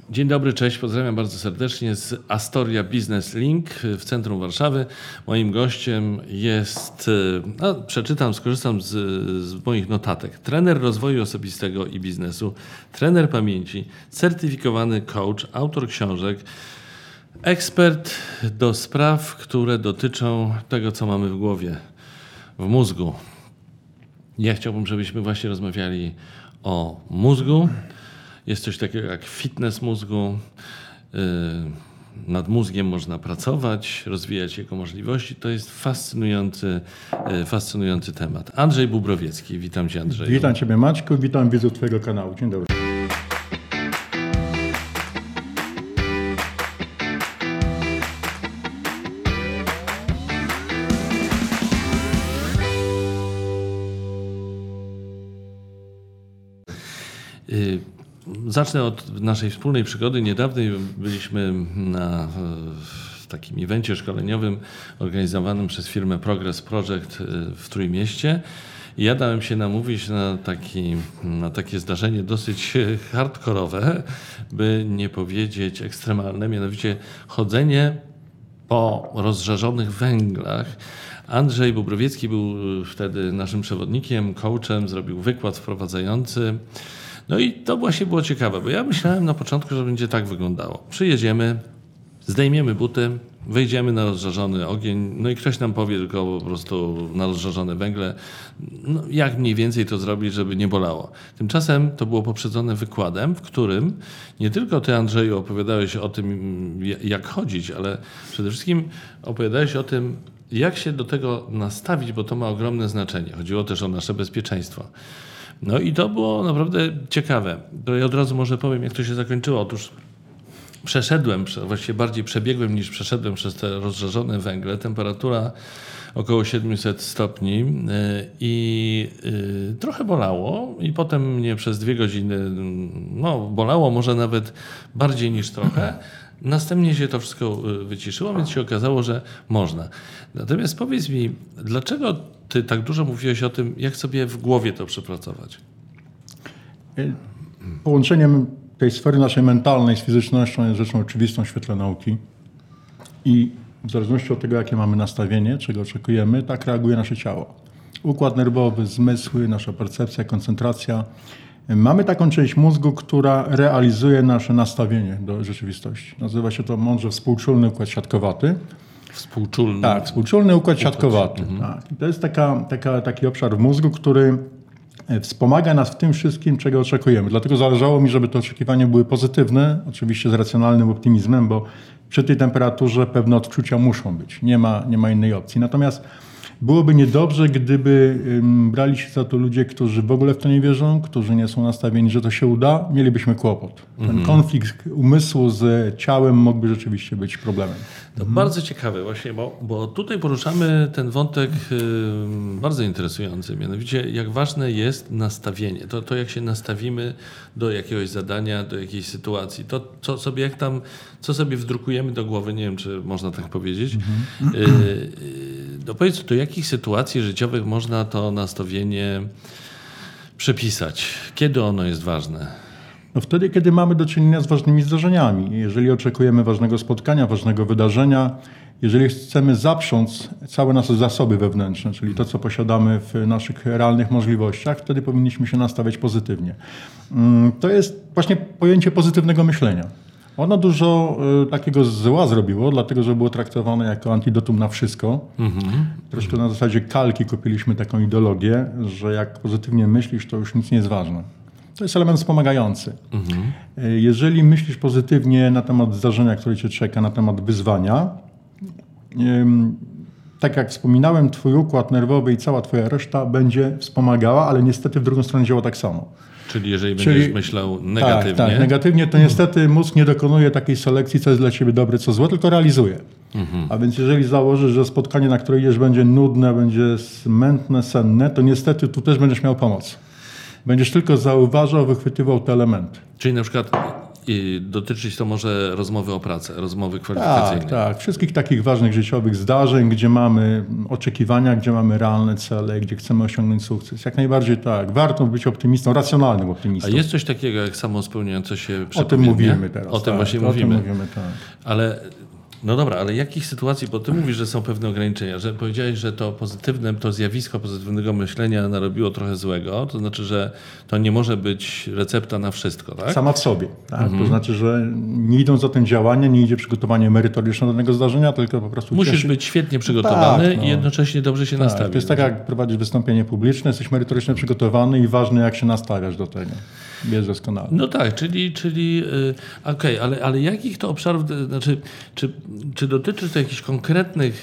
Dzień dobry, cześć, pozdrawiam bardzo serdecznie z Astoria Business Link w centrum Warszawy. Moim gościem jest, skorzystam z moich notatek, trener rozwoju osobistego i biznesu, trener pamięci, certyfikowany coach, autor książek, ekspert do spraw, które dotyczą tego, co mamy w głowie, w mózgu. Ja chciałbym, żebyśmy właśnie rozmawiali o mózgu. Jest coś takiego jak fitness mózgu. Nad mózgiem można pracować, rozwijać jego możliwości. To jest fascynujący temat. Andrzej Bubrowiecki. Witam Cię, Andrzeju. Witam Ciebie, Maćku. Witam widzów Twojego kanału. Dzień dobry. Zacznę od naszej wspólnej przygody. Niedawnej byliśmy na takim evencie szkoleniowym organizowanym przez firmę Progress Project w Trójmieście. I ja dałem się namówić na takie zdarzenie dosyć hardkorowe, by nie powiedzieć ekstremalne, mianowicie chodzenie po rozżarzonych węglach. Andrzej Bubrowiecki był wtedy naszym przewodnikiem, coachem, zrobił wykład wprowadzający. No i to właśnie było ciekawe, bo ja myślałem na początku, że będzie tak wyglądało. Przyjedziemy, zdejmiemy buty, wejdziemy na rozżarzony ogień, no i ktoś nam powie tylko po prostu na rozżarzone węgle, no jak mniej więcej to zrobić, żeby nie bolało. Tymczasem to było poprzedzone wykładem, w którym nie tylko ty, Andrzeju, opowiadałeś o tym, jak chodzić, ale przede wszystkim opowiadałeś o tym, jak się do tego nastawić, bo to ma ogromne znaczenie. Chodziło też o nasze bezpieczeństwo. No i to było naprawdę ciekawe. To ja od razu może powiem, jak to się zakończyło. Otóż właściwie bardziej przebiegłem niż przeszedłem przez te rozżarzone węgle. Temperatura około 700 stopni i trochę bolało. I potem mnie przez 2 godziny bolało, może nawet bardziej niż trochę. Następnie się to wszystko wyciszyło, więc się okazało, że można. Natomiast powiedz mi, dlaczego ty tak dużo mówiłeś o tym, jak sobie w głowie to przepracować? Połączeniem tej sfery naszej mentalnej z fizycznością jest rzeczą oczywistą w świetle nauki. I w zależności od tego, jakie mamy nastawienie, czego oczekujemy, tak reaguje nasze ciało. Układ nerwowy, zmysły, nasza percepcja, koncentracja. Mamy taką część mózgu, która realizuje nasze nastawienie do rzeczywistości. Nazywa się to mądrze współczulny układ siatkowaty. Współczulny? Tak, współczulny układ siatkowaty. Tak. I to jest taki obszar w mózgu, który wspomaga nas w tym wszystkim, czego oczekujemy. Dlatego zależało mi, żeby te oczekiwania były pozytywne, oczywiście z racjonalnym optymizmem, bo przy tej temperaturze pewne odczucia muszą być. Nie ma innej opcji. Natomiast byłoby niedobrze, gdyby brali się za to ludzie, którzy w ogóle w to nie wierzą, którzy nie są nastawieni, że to się uda, mielibyśmy kłopot. Ten konflikt umysłu z ciałem mógłby rzeczywiście być problemem. To bardzo ciekawe właśnie, bo tutaj poruszamy ten wątek bardzo interesujący, mianowicie jak ważne jest nastawienie. To jak się nastawimy do jakiegoś zadania, do jakiejś sytuacji. To co sobie wdrukujemy do głowy, nie wiem, czy można tak powiedzieć. Powiedz, do jakich sytuacji życiowych można to nastawienie przypisać? Kiedy ono jest ważne? No wtedy, kiedy mamy do czynienia z ważnymi zdarzeniami. Jeżeli oczekujemy ważnego spotkania, ważnego wydarzenia, jeżeli chcemy zaprząc całe nasze zasoby wewnętrzne, czyli to, co posiadamy w naszych realnych możliwościach, wtedy powinniśmy się nastawiać pozytywnie. To jest właśnie pojęcie pozytywnego myślenia. Ono dużo takiego zła zrobiło, dlatego że było traktowane jako antidotum na wszystko. Troszkę na zasadzie kalki kupiliśmy taką ideologię, że jak pozytywnie myślisz, to już nic nie jest ważne. To jest element wspomagający. Jeżeli myślisz pozytywnie na temat zdarzenia, które cię czeka, na temat wyzwania, tak jak wspominałem, twój układ nerwowy i cała twoja reszta będzie wspomagała, ale niestety w drugą stronę działa tak samo. Czyli jeżeli będziesz myślał negatywnie. Tak, negatywnie, to niestety mózg nie dokonuje takiej selekcji, co jest dla ciebie dobre, co złe, tylko realizuje. A więc jeżeli założysz, że spotkanie, na które idziesz, będzie nudne, będzie smętne, senne, to niestety tu też będziesz miał pomoc. Będziesz tylko zauważał, wychwytywał te elementy. Czyli na przykład dotyczyć to może rozmowy o pracę, rozmowy kwalifikacyjnej. Tak. Wszystkich takich ważnych życiowych zdarzeń, gdzie mamy oczekiwania, gdzie mamy realne cele, gdzie chcemy osiągnąć sukces. Jak najbardziej tak. Warto być optymistą, racjonalnym optymistą. A jest coś takiego jak samospełniające się przepowiednie? O tym mówimy teraz. O tym właśnie mówimy. O tym mówimy, tak. Ale no dobra, ale jakich sytuacji, bo ty mówisz, że są pewne ograniczenia, że powiedziałeś, że to zjawisko pozytywnego myślenia narobiło trochę złego, to znaczy, że to nie może być recepta na wszystko, tak? Sama w sobie. Tak? To znaczy, że nie idą za tym działania, nie idzie przygotowanie merytoryczne do danego zdarzenia, tylko po prostu musisz być świetnie przygotowany i jednocześnie dobrze się nastawić. To jest tak, jak prowadzisz wystąpienie publiczne, jesteś merytorycznie przygotowany i ważne, jak się nastawiasz do tego. Wiesz doskonale. No tak, czyli okej, ale jakich to obszarów, znaczy, czy dotyczy to jakichś konkretnych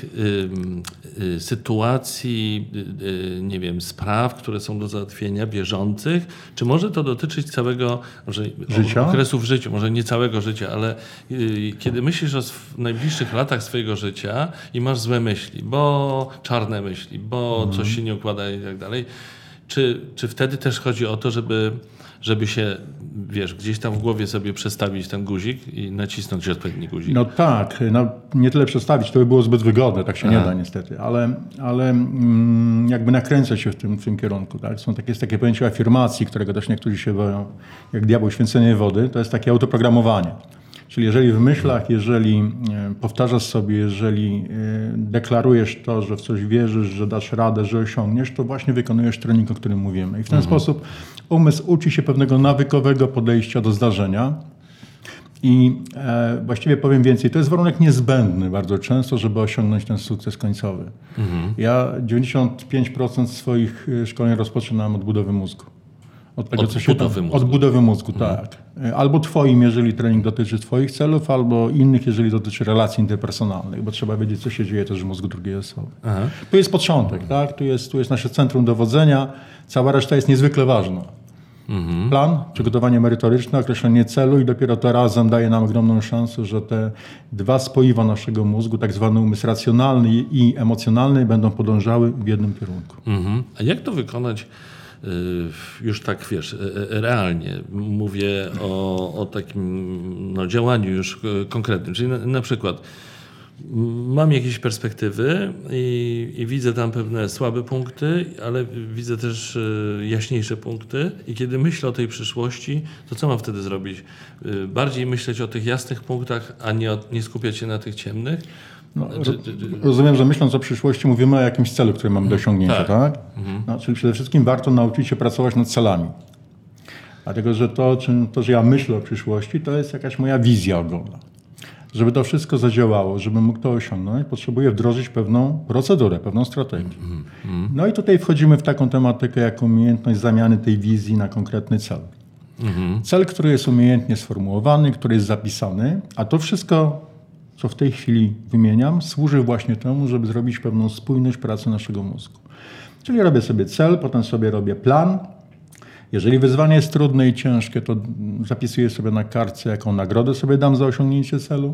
sytuacji, nie wiem, spraw, które są do załatwienia, bieżących, czy może to dotyczyć całego życia? Okresu w życiu, może nie całego życia, ale kiedy myślisz o najbliższych latach swojego życia i masz złe myśli, bo czarne myśli, bo coś się nie układa i tak dalej, czy wtedy też chodzi o to, żeby się, wiesz, gdzieś tam w głowie sobie przestawić ten guzik i nacisnąć odpowiedni guzik? No tak, nie tyle przestawić, to by było zbyt wygodne, tak się nie da niestety, ale jakby nakręcać się w tym kierunku. Tak? Jest takie pojęcie afirmacji, którego też niektórzy się boją, jak diabeł święcenie wody, to jest takie autoprogramowanie. Czyli jeżeli w myślach, jeżeli powtarzasz sobie, jeżeli deklarujesz to, że w coś wierzysz, że dasz radę, że osiągniesz, to właśnie wykonujesz trening, o którym mówimy. I w ten sposób umysł uczy się pewnego nawykowego podejścia do zdarzenia. I właściwie powiem więcej, to jest warunek niezbędny bardzo często, żeby osiągnąć ten sukces końcowy. Ja 95% swoich szkoleń rozpoczynam od budowy mózgu. Od budowy mózgu, tak. Albo twoim, jeżeli trening dotyczy twoich celów, albo innych, jeżeli dotyczy relacji interpersonalnych, bo trzeba wiedzieć, co się dzieje też w mózgu drugiej osoby. Tu jest początek, tak? Tu jest nasze centrum dowodzenia, cała reszta jest niezwykle ważna. Plan, przygotowanie merytoryczne, określenie celu i dopiero to razem daje nam ogromną szansę, że te dwa spoiwa naszego mózgu, tak zwany umysł racjonalny i emocjonalny, będą podążały w jednym kierunku. A jak to wykonać już tak, wiesz, realnie? Mówię o takim działaniu już konkretnym. Czyli na przykład mam jakieś perspektywy i widzę tam pewne słabe punkty, ale widzę też jaśniejsze punkty i kiedy myślę o tej przyszłości, to co mam wtedy zrobić? Bardziej myśleć o tych jasnych punktach, a nie skupiać się na tych ciemnych? Rozumiem, że myśląc o przyszłości mówimy o jakimś celu, który mamy do osiągnięcia, tak? Czyli przede wszystkim warto nauczyć się pracować nad celami. Dlatego, że że ja myślę o przyszłości, to jest jakaś moja wizja ogólna. Żeby to wszystko zadziałało, żebym mógł to osiągnąć, potrzebuję wdrożyć pewną procedurę, pewną strategię. No i tutaj wchodzimy w taką tematykę jak umiejętność zamiany tej wizji na konkretny cel. Cel, który jest umiejętnie sformułowany, który jest zapisany, a to wszystko, co w tej chwili wymieniam, służy właśnie temu, żeby zrobić pewną spójność pracy naszego mózgu. Czyli robię sobie cel, potem sobie robię plan. Jeżeli wyzwanie jest trudne i ciężkie, to zapisuję sobie na kartce, jaką nagrodę sobie dam za osiągnięcie celu,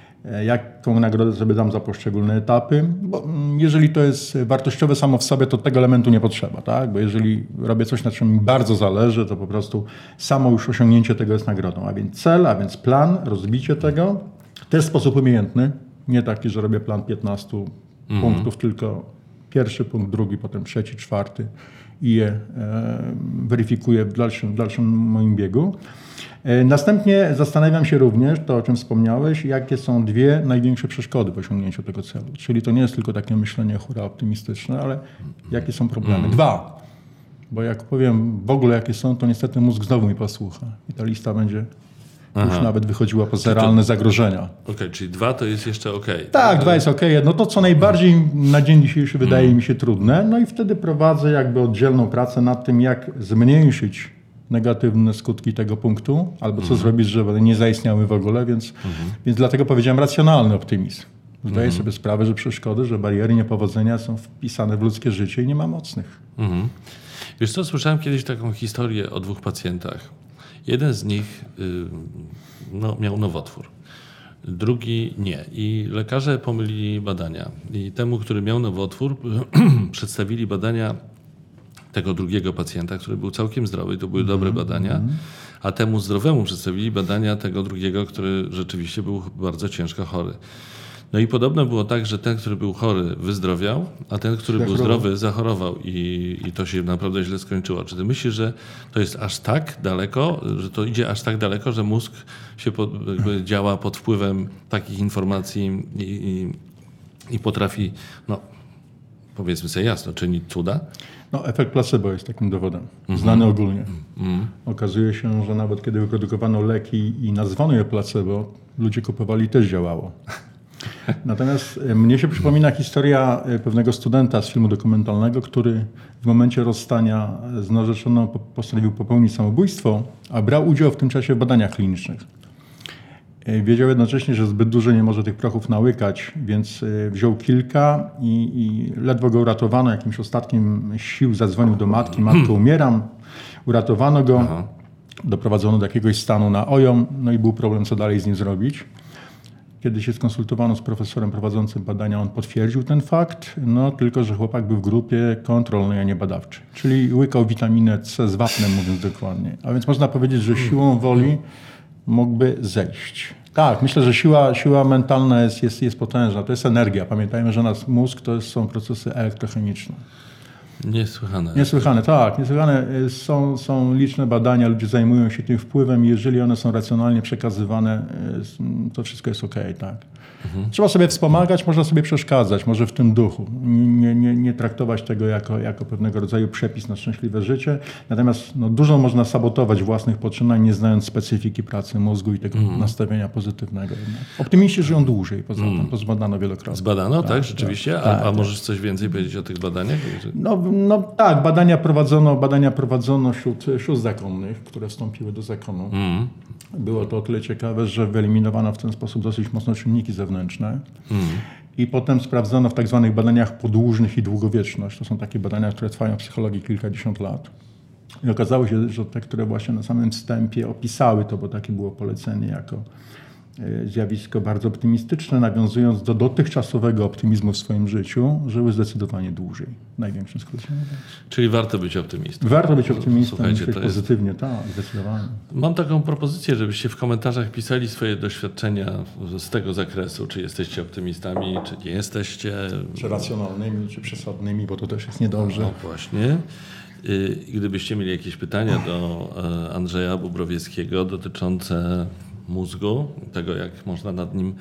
jaką nagrodę sobie dam za poszczególne etapy. Bo jeżeli to jest wartościowe samo w sobie, to tego elementu nie potrzeba, tak? Bo jeżeli robię coś, na czym mi bardzo zależy, to po prostu samo już osiągnięcie tego jest nagrodą. A więc cel, a więc plan, rozbicie tego. Też w sposób umiejętny, nie taki, że robię plan 15 punktów, tylko pierwszy punkt, drugi, potem trzeci, czwarty i je weryfikuję w dalszym moim biegu. Następnie zastanawiam się również, to o czym wspomniałeś, jakie są dwie największe przeszkody w osiągnięciu tego celu. Czyli to nie jest tylko takie myślenie hura optymistyczne, ale jakie są problemy. Dwa, bo jak powiem w ogóle jakie są, to niestety mózg znowu mi posłucha i ta lista będzie już nawet wychodziła poza realne zagrożenia. Okej, czyli 2 to jest jeszcze okej. Tak, 2 jest okej. No to co najbardziej na dzień dzisiejszy wydaje mi się trudne. No i wtedy prowadzę jakby oddzielną pracę nad tym, jak zmniejszyć negatywne skutki tego punktu, albo co zrobić, żeby one nie zaistniały w ogóle, więc dlatego powiedziałem racjonalny optymizm. Zdaję sobie sprawę, że przeszkody, że bariery, niepowodzenia są wpisane w ludzkie życie i nie ma mocnych. Wiesz co, słyszałem kiedyś taką historię o 2 pacjentach. Jeden z nich miał nowotwór, drugi nie. I lekarze pomylili badania. I temu, który miał nowotwór, przedstawili badania tego drugiego pacjenta, który był całkiem zdrowy, to były dobre badania, a temu zdrowemu przedstawili badania tego drugiego, który rzeczywiście był bardzo ciężko chory. No i podobno było tak, że ten, który był chory, wyzdrowiał, a ten, który był zdrowy, zachorował i to się naprawdę źle skończyło. Czy ty myślisz, że to jest aż tak daleko, że to idzie aż tak daleko, że mózg się jakby działa pod wpływem takich informacji i potrafi, no powiedzmy sobie jasno, czynić cuda? No, efekt placebo jest takim dowodem, znany ogólnie. Okazuje się, że nawet kiedy wyprodukowano leki i nazwano je placebo, ludzie kupowali, też działało. Natomiast mnie się przypomina historia pewnego studenta z filmu dokumentalnego, który w momencie rozstania z narzeczoną postanowił popełnić samobójstwo, a brał udział w tym czasie w badaniach klinicznych. Wiedział jednocześnie, że zbyt dużo nie może tych prochów nałykać, więc wziął kilka i ledwo go uratowano. Jakimś ostatkiem sił zadzwonił do matki. Matko, umieram. Uratowano go. Doprowadzono do jakiegoś stanu na OJOM. No i był problem, co dalej z nim zrobić. Kiedy się skonsultowano z profesorem prowadzącym badania, on potwierdził ten fakt, no tylko, że chłopak był w grupie kontrolnej, a nie badawczej. Czyli łykał witaminę C z wapnem, mówiąc dokładnie. A więc można powiedzieć, że siłą woli mógłby zejść. Tak, myślę, że siła mentalna jest potężna. To jest energia. Pamiętajmy, że nasz mózg to są procesy elektrochemiczne. Niesłychane. Niesłychane, tak. Niesłychane. Są liczne badania, ludzie zajmują się tym wpływem. Jeżeli one są racjonalnie przekazywane, to wszystko jest okej, tak. Trzeba sobie wspomagać, można sobie przeszkadzać, może w tym duchu. Nie traktować tego jako pewnego rodzaju przepis na szczęśliwe życie. Natomiast dużo można sabotować własnych poczynań, nie znając specyfiki pracy mózgu i tego nastawienia pozytywnego. Optymiści żyją dłużej, poza tym, to zbadano wielokrotnie. Zbadano, tak, rzeczywiście? Tak. A możesz coś więcej powiedzieć o tych badaniach? No tak, badania prowadzono wśród zakonnych, które wstąpiły do zakonu. Było to o tyle ciekawe, że wyeliminowano w ten sposób dosyć mocno czynniki zewnętrzne. I potem sprawdzono w tak zwanych badaniach podłużnych i długowieczność. To są takie badania, które trwają w psychologii kilkadziesiąt lat. I okazało się, że te, które właśnie na samym wstępie opisały to, bo takie było polecenie jako zjawisko bardzo optymistyczne, nawiązując do dotychczasowego optymizmu w swoim życiu, żyły zdecydowanie dłużej. W największym skrócie. Czyli warto być optymistą. Warto być optymistą, Słuchajcie, myśleć pozytywnie, tak, zdecydowanie. Mam taką propozycję, żebyście w komentarzach pisali swoje doświadczenia z tego zakresu. Czy jesteście optymistami, czy nie jesteście. Czy racjonalnymi, czy przesadnymi, bo to też jest niedobrze. No właśnie. Gdybyście mieli jakieś pytania do Andrzeja Bubrowieckiego dotyczące mózgu, tego jak można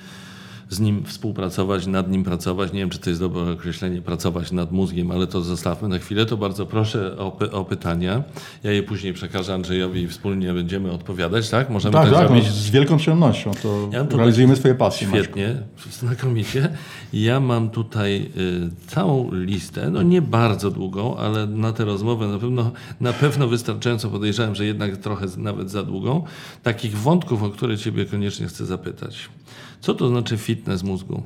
z nim współpracować, nad nim pracować. Nie wiem, czy to jest dobre określenie, pracować nad mózgiem, ale to zostawmy na chwilę. To bardzo proszę o pytania. Ja je później przekażę Andrzejowi i wspólnie będziemy odpowiadać, tak? Możemy tak zrobić? No, z wielką przyjemnością. To realizujemy swoje pasje. Świetnie, znakomicie. Ja mam tutaj całą listę, no nie bardzo długą, ale na tę rozmowę na pewno wystarczająco, podejrzewam, że jednak trochę nawet za długą, takich wątków, o które ciebie koniecznie chcę zapytać. Co to znaczy fitness mózgu?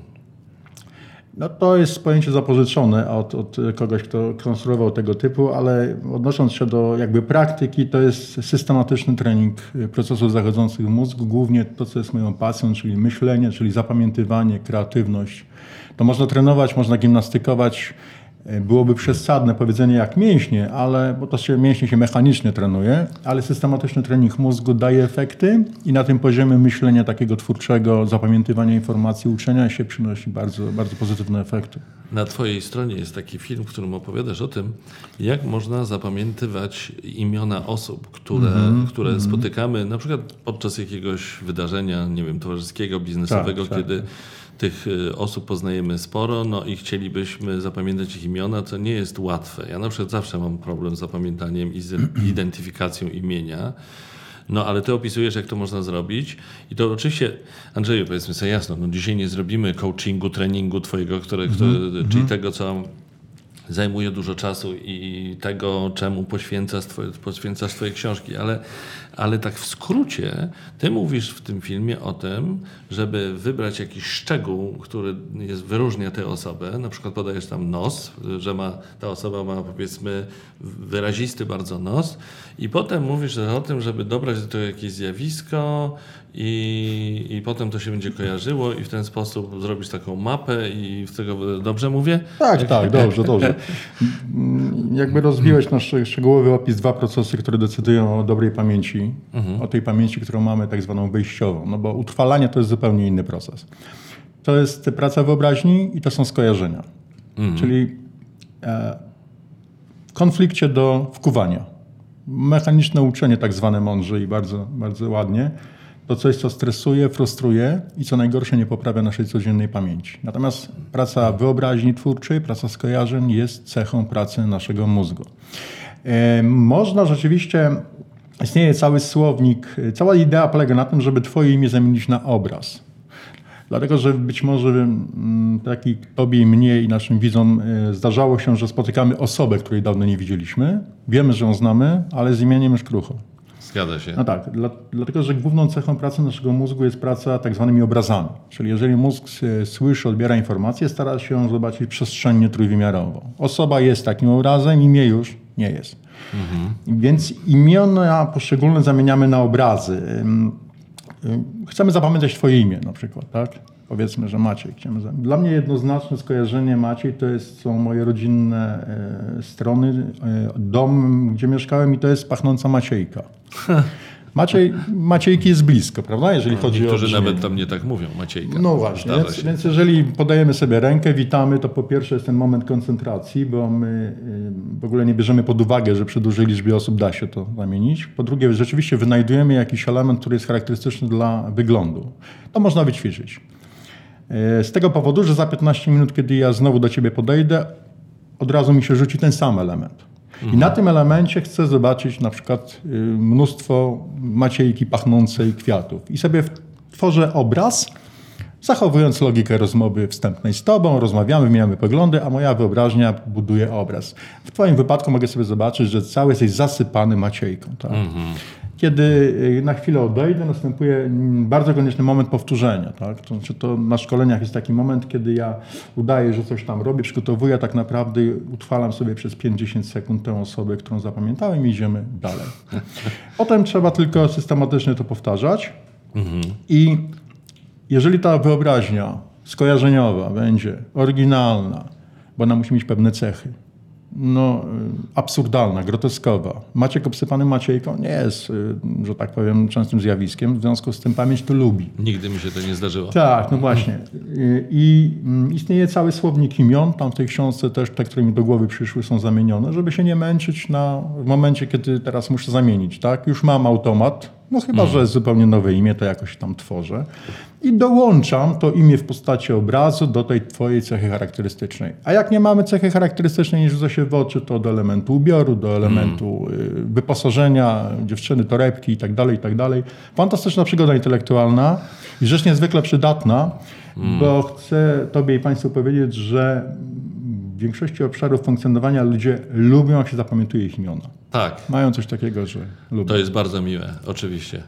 No to jest pojęcie zapożyczone od kogoś, kto konstruował tego typu, ale odnosząc się do jakby praktyki, to jest systematyczny trening procesów zachodzących w mózgu, głównie to, co jest moją pasją, czyli myślenie, czyli zapamiętywanie, kreatywność. To można trenować, można gimnastykować. Byłoby przesadne powiedzenie jak mięśnie, bo to mięśnie się mechanicznie trenuje, ale systematyczny trening mózgu daje efekty i na tym poziomie myślenia takiego twórczego, zapamiętywania informacji, uczenia się przynosi bardzo, bardzo pozytywne efekty. Na twojej stronie jest taki film, w którym opowiadasz o tym, jak można zapamiętywać imiona osób, które spotykamy na przykład podczas jakiegoś wydarzenia, nie wiem, towarzyskiego, biznesowego, kiedy tych osób poznajemy sporo, no i chcielibyśmy zapamiętać ich imiona, co nie jest łatwe. Ja na przykład zawsze mam problem z zapamiętaniem i z identyfikacją imienia. No ale ty opisujesz, jak to można zrobić. I to oczywiście, Andrzeju, powiedzmy sobie jasno, dzisiaj nie zrobimy coachingu, treningu twojego, czyli tego, co zajmuje dużo czasu i tego, czemu poświęcasz twoje książki. Ale tak w skrócie, ty mówisz w tym filmie o tym, żeby wybrać jakiś szczegół, który wyróżnia tę osobę. Na przykład podajesz tam nos, że ta osoba ma powiedzmy wyrazisty bardzo nos i potem mówisz o tym, żeby dobrać do tego jakieś zjawisko i potem to się będzie kojarzyło i w ten sposób zrobić taką mapę i z tego dobrze mówię? Tak, dobrze. Jakby rozbiłeś nasz szczegółowy opis, 2 procesy, które decydują o dobrej pamięci, o tej pamięci, którą mamy tak zwaną wyjściową, no bo utrwalanie to jest zupełnie inny proces. To jest praca wyobraźni i to są skojarzenia. Czyli w konflikcie do wkuwania. Mechaniczne uczenie tak zwane mądrze i bardzo, bardzo ładnie. To coś, co stresuje, frustruje i co najgorsze nie poprawia naszej codziennej pamięci. Natomiast praca wyobraźni twórczej, praca skojarzeń jest cechą pracy naszego mózgu. Można rzeczywiście, istnieje cały słownik, cała idea polega na tym, żeby twoje imię zamienić na obraz. Dlatego, że być może tak i tobie i mnie i naszym widzom zdarzało się, że spotykamy osobę, której dawno nie widzieliśmy. Wiemy, że ją znamy, ale z imieniem już krucho. Zgadza się. No tak, dlatego, że główną cechą pracy naszego mózgu jest praca tak zwanymi obrazami. Czyli jeżeli mózg słyszy, odbiera informacje, stara się ją zobaczyć przestrzennie trójwymiarowo. Osoba jest takim obrazem, imię już nie jest. Więc imiona poszczególne zamieniamy na obrazy. Chcemy zapamiętać twoje imię na przykład, tak? Powiedzmy, że Maciej. Dla mnie jednoznaczne skojarzenie Maciej są moje rodzinne strony, dom, gdzie mieszkałem i to jest pachnąca Maciejka. Maciejki jest blisko, prawda? Jeżeli chodzi o niektórzy brzmienie. nawet tam nie tak mówią, Maciejka. No właśnie, więc jeżeli podajemy sobie rękę, witamy, to po pierwsze jest ten moment koncentracji, bo my w ogóle nie bierzemy pod uwagę, że przy dużej liczbie osób da się to zamienić. Po drugie, rzeczywiście wynajdujemy jakiś element, który jest charakterystyczny dla wyglądu. To można wyćwiczyć. Z tego powodu, że za 15 minut, kiedy ja znowu do ciebie podejdę, od razu mi się rzuci ten sam element. I na tym elemencie chcę zobaczyć na przykład mnóstwo Maciejki pachnącej kwiatów. I sobie tworzę obraz, zachowując logikę rozmowy wstępnej z tobą, rozmawiamy, wymieniamy poglądy, a moja wyobraźnia buduje obraz. W twoim wypadku mogę sobie zobaczyć, że cały jesteś zasypany Maciejką. Tak? Kiedy na chwilę odejdę, następuje bardzo konieczny moment powtórzenia. Tak? To znaczy to na szkoleniach jest taki moment, kiedy ja udaję, że coś tam robię, przygotowuję, a tak naprawdę utrwalam sobie przez 5-10 sekund tę osobę, którą zapamiętałem i idziemy dalej. Potem trzeba tylko systematycznie to powtarzać i jeżeli ta wyobraźnia skojarzeniowa będzie oryginalna, bo ona musi mieć pewne cechy, absurdalna, groteskowa. Maciek obsypany Maciejką nie jest, że tak powiem, częstym zjawiskiem. W związku z tym pamięć to lubi. Nigdy mi się to nie zdarzyło. Tak, no właśnie. I istnieje cały słownik imion. Tam w tej książce też te, które mi do głowy przyszły, są zamienione, żeby się nie męczyć w momencie, kiedy teraz muszę zamienić. Tak? Już mam automat. No chyba, że jest zupełnie nowe imię, to jakoś tam tworzę. I dołączam to imię w postaci obrazu do tej twojej cechy charakterystycznej. A jak nie mamy cechy charakterystycznej, nie rzuca się w oczy, to do elementu ubioru, do elementu wyposażenia dziewczyny, torebki i tak dalej. Fantastyczna przygoda intelektualna i rzecz niezwykle przydatna, bo chcę tobie i państwu powiedzieć, że w większości obszarów funkcjonowania ludzie lubią, jak się zapamiętuje ich imiona. Tak. Mają coś takiego, że lubią. To jest bardzo miłe, oczywiście.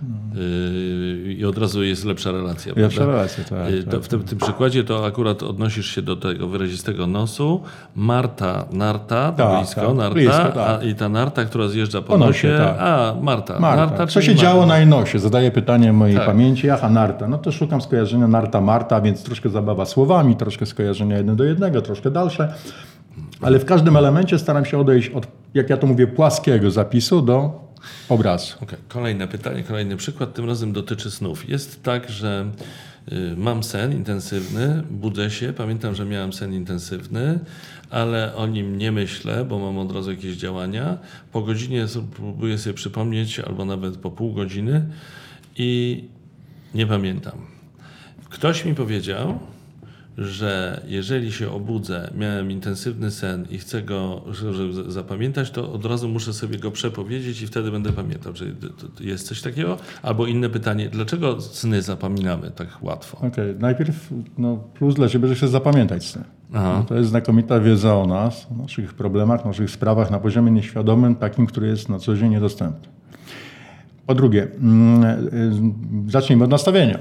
I od razu jest lepsza relacja. Lepsza relacja, tak. W tym przykładzie to akurat odnosisz się do tego wyrazistego nosu. Marta, narta, to blisko, narta, i ta narta, która zjeżdża po nosie. Tak. A, Marta. Co się działo na jej nosie? Zadaję pytanie mojej pamięci. Aha, narta. No to szukam skojarzenia Marta, więc troszkę zabawa słowami, troszkę skojarzenia 1 do 1, troszkę dalsze. Ale w każdym elemencie staram się odejść od, jak ja to mówię, płaskiego zapisu do obrazu. Okay. Kolejne pytanie, kolejny przykład, tym razem dotyczy snów. Jest tak, że mam sen intensywny, budzę się, pamiętam, że miałem sen intensywny, ale o nim nie myślę, bo mam od razu jakieś działania. Po godzinie próbuję sobie przypomnieć, albo nawet po pół godziny i nie pamiętam. Ktoś mi powiedział, że jeżeli się obudzę, miałem intensywny sen i chcę go zapamiętać, to od razu muszę sobie go przepowiedzieć i wtedy będę pamiętał. Czy jest coś takiego? Albo inne pytanie, dlaczego sny zapominamy tak łatwo? Okej, najpierw plus dla ciebie, że chcesz zapamiętać sny. To jest znakomita wiedza o nas, o naszych problemach, naszych sprawach na poziomie nieświadomym, takim, który jest na co dzień niedostępny. Po drugie, zacznijmy od nastawienia.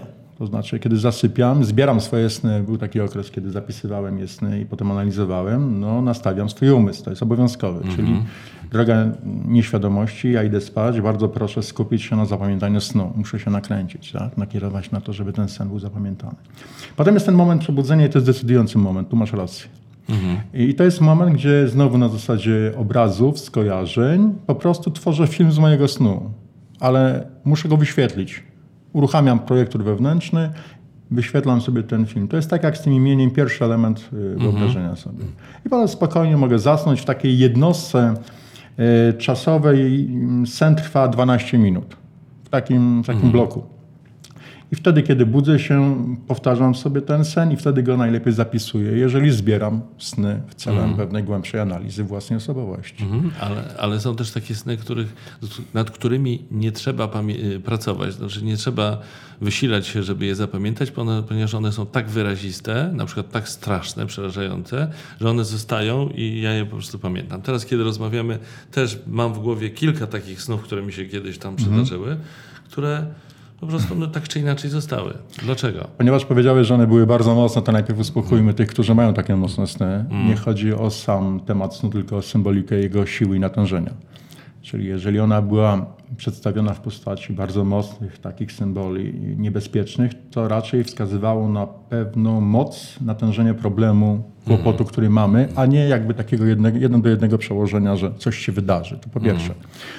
To znaczy, kiedy zasypiam, zbieram swoje sny. Był taki okres, kiedy zapisywałem je sny i potem analizowałem. No, nastawiam swój umysł. To jest obowiązkowe. Czyli droga nieświadomości, ja idę spać. Bardzo proszę skupić się na zapamiętaniu snu. Muszę się nakręcić, tak? Nakierować na to, żeby ten sen był zapamiętany. Potem jest ten moment przebudzenia i to jest decydujący moment. Tu masz rację. I to jest moment, gdzie znowu na zasadzie obrazów, skojarzeń po prostu tworzę film z mojego snu. Ale muszę go wyświetlić. Uruchamiam projektor wewnętrzny, wyświetlam sobie ten film. To jest tak jak z tym imieniem, pierwszy element wyobrażenia sobie. I potem spokojnie mogę zasnąć w takiej jednostce czasowej. Sen trwa 12 minut. W takim bloku. I wtedy, kiedy budzę się, powtarzam sobie ten sen i wtedy go najlepiej zapisuję, jeżeli zbieram sny w celem pewnej głębszej analizy własnej osobowości. Ale są też takie sny, nad którymi nie trzeba pracować. Znaczy nie trzeba wysilać się, żeby je zapamiętać, ponieważ one są tak wyraziste, na przykład tak straszne, przerażające, że one zostają i ja je po prostu pamiętam. Teraz, kiedy rozmawiamy, też mam w głowie kilka takich snów, które mi się kiedyś tam przydarzyły, które po prostu tak czy inaczej zostały. Dlaczego? Ponieważ powiedziałeś, że one były bardzo mocne, to najpierw uspokójmy tych, którzy mają takie mocne sny. Nie chodzi o sam temat snu, tylko o symbolikę jego siły i natężenia. Czyli jeżeli ona była przedstawiona w postaci bardzo mocnych takich symboli niebezpiecznych, to raczej wskazywało na pewną moc, natężenie problemu, kłopotu, który mamy, a nie jakby takiego jeden do jednego przełożenia, że coś się wydarzy. To po pierwsze.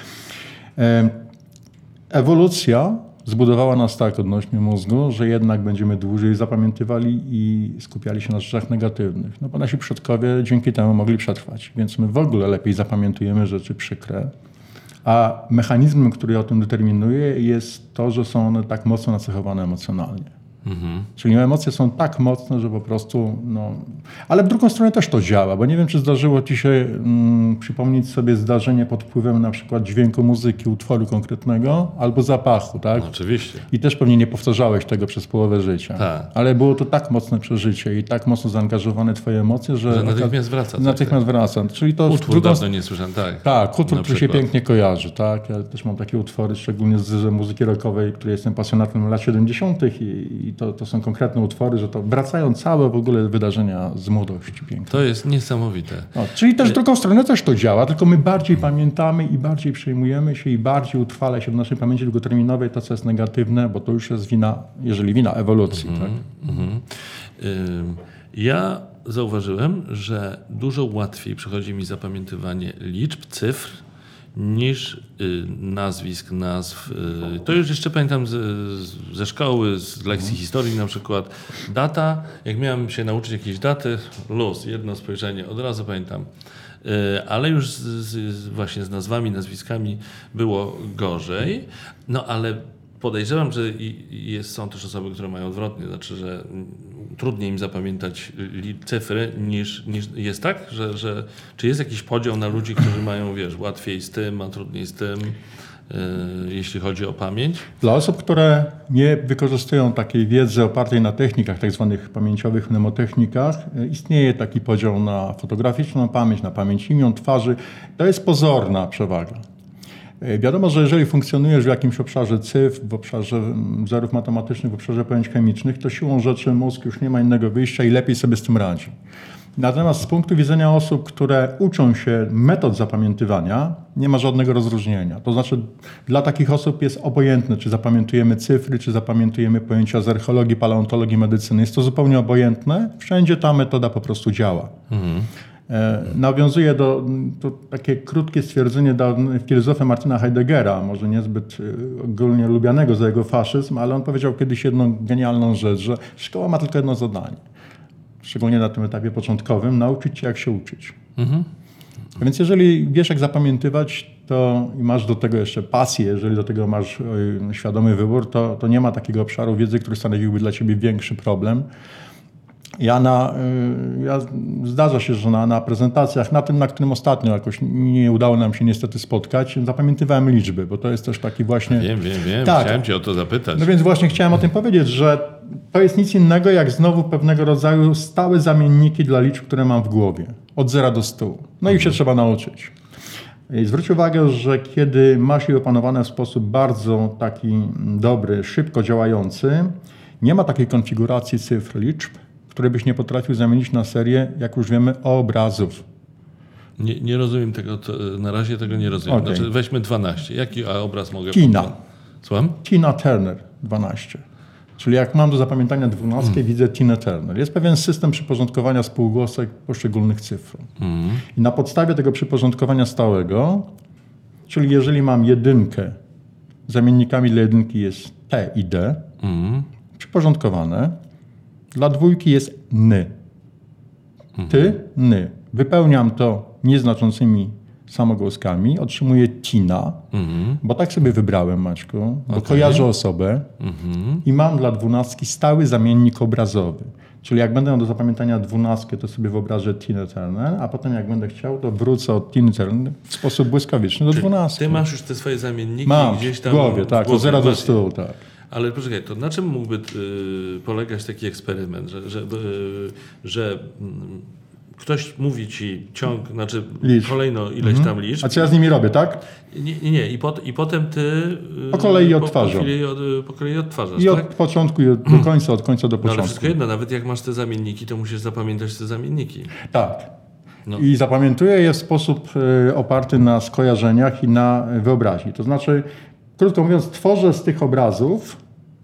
Ewolucja zbudowała nas tak odnośnie mózgu, że jednak będziemy dłużej zapamiętywali i skupiali się na rzeczach negatywnych. No bo nasi przodkowie dzięki temu mogli przetrwać, więc my w ogóle lepiej zapamiętujemy rzeczy przykre. A mechanizmem, który o tym determinuje, jest to, że są one tak mocno nacechowane emocjonalnie. Czyli emocje są tak mocne, że po prostu... Ale w drugą stronę też to działa, bo nie wiem, czy zdarzyło ci się przypomnieć sobie zdarzenie pod wpływem na przykład dźwięku muzyki, utworu konkretnego albo zapachu, tak? No, oczywiście. I też pewnie nie powtarzałeś tego przez połowę życia. Tak. Ale było to tak mocne przeżycie i tak mocno zaangażowane twoje emocje, że natychmiast wraca. Natychmiast wraca. Czyli to utwór dawno nie słyszałem, tak. Tak, utwór, który się pięknie kojarzy, tak. Ja też mam takie utwory, szczególnie z muzyki rockowej, której jestem pasjonatem lat 70. i to są konkretne utwory, że to wracają całe w ogóle wydarzenia z młodości piękne. To jest niesamowite. Czyli też w drugą stronę też to działa, tylko my bardziej pamiętamy i bardziej przejmujemy się i bardziej utrwala się w naszej pamięci długoterminowej to, co jest negatywne, bo to już jest wina ewolucji. Tak? Ja zauważyłem, że dużo łatwiej przychodzi mi zapamiętywanie liczb, cyfr, niż nazwisk, nazw. To już jeszcze pamiętam ze szkoły, z lekcji historii na przykład. Data, jak miałem się nauczyć jakiejś daty, jedno spojrzenie, od razu pamiętam. Ale już właśnie z nazwami, nazwiskami było gorzej. No ale podejrzewam, że są też osoby, które mają odwrotnie, znaczy, że trudniej im zapamiętać cyfry niż jest tak, że czy jest jakiś podział na ludzi, którzy mają, łatwiej z tym, a trudniej z tym, jeśli chodzi o pamięć? Dla osób, które nie wykorzystują takiej wiedzy opartej na technikach, tak zwanych pamięciowych mnemotechnikach, istnieje taki podział na fotograficzną pamięć, na pamięć imion, twarzy. To jest pozorna przewaga. Wiadomo, że jeżeli funkcjonujesz w jakimś obszarze cyfr, w obszarze wzorów matematycznych, w obszarze pojęć chemicznych, to siłą rzeczy mózg już nie ma innego wyjścia i lepiej sobie z tym radzi. Natomiast z punktu widzenia osób, które uczą się metod zapamiętywania, nie ma żadnego rozróżnienia. To znaczy dla takich osób jest obojętne, czy zapamiętujemy cyfry, czy zapamiętujemy pojęcia z archeologii, paleontologii, medycyny. Jest to zupełnie obojętne. Wszędzie ta metoda po prostu działa. Nawiązuje do takie krótkie stwierdzenie filozofa Martina Heideggera, może niezbyt ogólnie lubianego za jego faszyzm, ale on powiedział kiedyś jedną genialną rzecz, że szkoła ma tylko jedno zadanie, szczególnie na tym etapie początkowym, nauczyć cię jak się uczyć. Więc jeżeli wiesz jak zapamiętywać, to i masz do tego jeszcze pasję, jeżeli do tego masz świadomy wybór, to nie ma takiego obszaru wiedzy, który stanowiłby dla ciebie większy problem. Zdarza się, że na prezentacjach, na tym, na którym ostatnio jakoś nie udało nam się niestety spotkać, zapamiętywałem liczby, bo to jest też taki właśnie... Wiem. Tak. Chciałem cię o to zapytać. No więc właśnie chciałem o tym powiedzieć, że to jest nic innego jak znowu pewnego rodzaju stałe zamienniki dla liczb, które mam w głowie. Od 0 do 100. No i się trzeba nauczyć. I zwróć uwagę, że kiedy masz je opanowane w sposób bardzo taki dobry, szybko działający, Nie ma takiej konfiguracji cyfr, liczb, które byś nie potrafił zamienić na serię, jak już wiemy, obrazów. Nie rozumiem tego, na razie tego nie rozumiem. Okay. Znaczy, weźmy 12. Jaki obraz mogę... Tina. Słucham? Tina Turner 12. Czyli jak mam do zapamiętania 12, widzę Tina Turner. Jest pewien system przyporządkowania spółgłosek poszczególnych cyfr. I na podstawie tego przyporządkowania stałego, czyli jeżeli mam jedynkę, zamiennikami dla jedynki jest T i D, przyporządkowane, dla dwójki jest ny. Ty, ny. Wypełniam to nieznaczącymi samogłoskami, otrzymuję Tina, bo tak sobie wybrałem, Maćku, bo kojarzę osobę i mam dla 12 stały zamiennik obrazowy. Czyli jak będę miał do zapamiętania 12, to sobie wyobrażę Tina Turner, a potem jak będę chciał, to wrócę od Tina Turner w sposób błyskawiczny do 12. Ty masz już te swoje zamienniki mam, gdzieś tam w głowie, tak, od 0 do 100, tak. Ale poczekaj, to na czym mógłby polegać taki eksperyment, że ktoś mówi ci znaczy kolejno ileś tam liczb. A co ja z nimi robię, tak? Nie. I potem ty po kolei odtwarzam. Po kolei odtwarzasz, I od tak? początku do końca, od końca do początku. No ale wszystko jedno, nawet jak masz te zamienniki, to musisz zapamiętać te zamienniki. Tak. No. I zapamiętuję je w sposób oparty na skojarzeniach i na wyobraźni. To znaczy, krótko mówiąc, tworzę z tych obrazów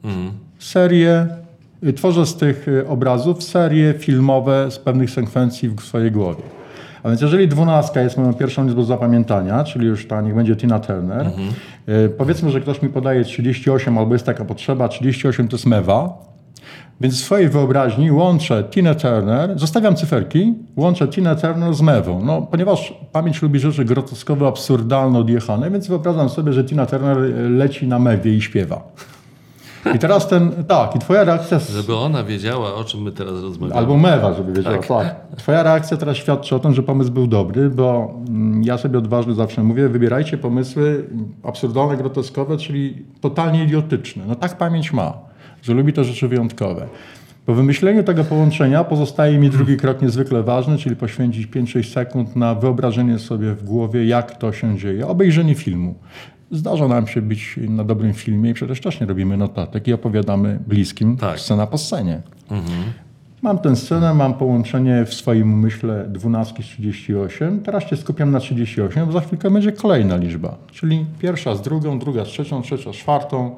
serie filmowe z pewnych sekwencji w swojej głowie. A więc jeżeli 12 jest moją pierwszą liczbą zapamiętania, czyli już ta niech będzie Tina Turner, powiedzmy, że ktoś mi podaje 38 albo jest taka potrzeba, 38 to jest mewa, więc w swojej wyobraźni łączę Tina Turner, zostawiam cyferki, łączę Tina Turner z mewą. No, ponieważ pamięć lubi rzeczy groteskowe, absurdalne, odjechane, więc wyobrażam sobie, że Tina Turner leci na mewie i śpiewa. I teraz i twoja reakcja... Żeby ona wiedziała, o czym my teraz rozmawiamy. Albo mewa, żeby wiedziała, tak. Twoja reakcja teraz świadczy o tym, że pomysł był dobry, bo ja sobie odważnie zawsze mówię, wybierajcie pomysły absurdalne, groteskowe, czyli totalnie idiotyczne. No tak pamięć ma, że lubi to rzeczy wyjątkowe. Po wymyśleniu tego połączenia pozostaje mi drugi krok niezwykle ważny, czyli poświęcić 5-6 sekund na wyobrażenie sobie w głowie, jak to się dzieje. Obejrzenie filmu. Zdarza nam się być na dobrym filmie i przecież wcześniej robimy notatek i opowiadamy bliskim scena po scenie. Mam tę scenę, mam połączenie w swoim umyśle 12 z 38. Teraz się skupiam na 38, bo za chwilkę będzie kolejna liczba. Czyli pierwsza z drugą, druga z trzecią, trzecia z czwartą.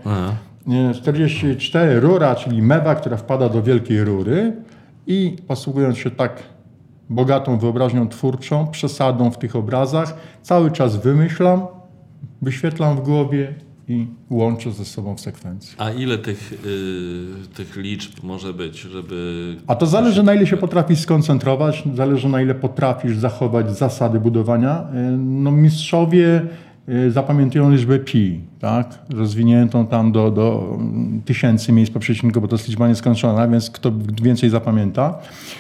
44 rura, czyli mewa, która wpada do wielkiej rury i posługując się tak bogatą wyobraźnią twórczą, przesadą w tych obrazach, cały czas wymyślam, wyświetlam w głowie i łączę ze sobą w sekwencji. A ile tych liczb może być, żeby... A to zależy, na ile się potrafisz skoncentrować, zależy, na ile potrafisz zachować zasady budowania. No, mistrzowie zapamiętują liczbę pi, tak? Rozwiniętą tam do tysięcy miejsc po przecinku, bo to jest liczba nieskończona, więc kto więcej zapamięta.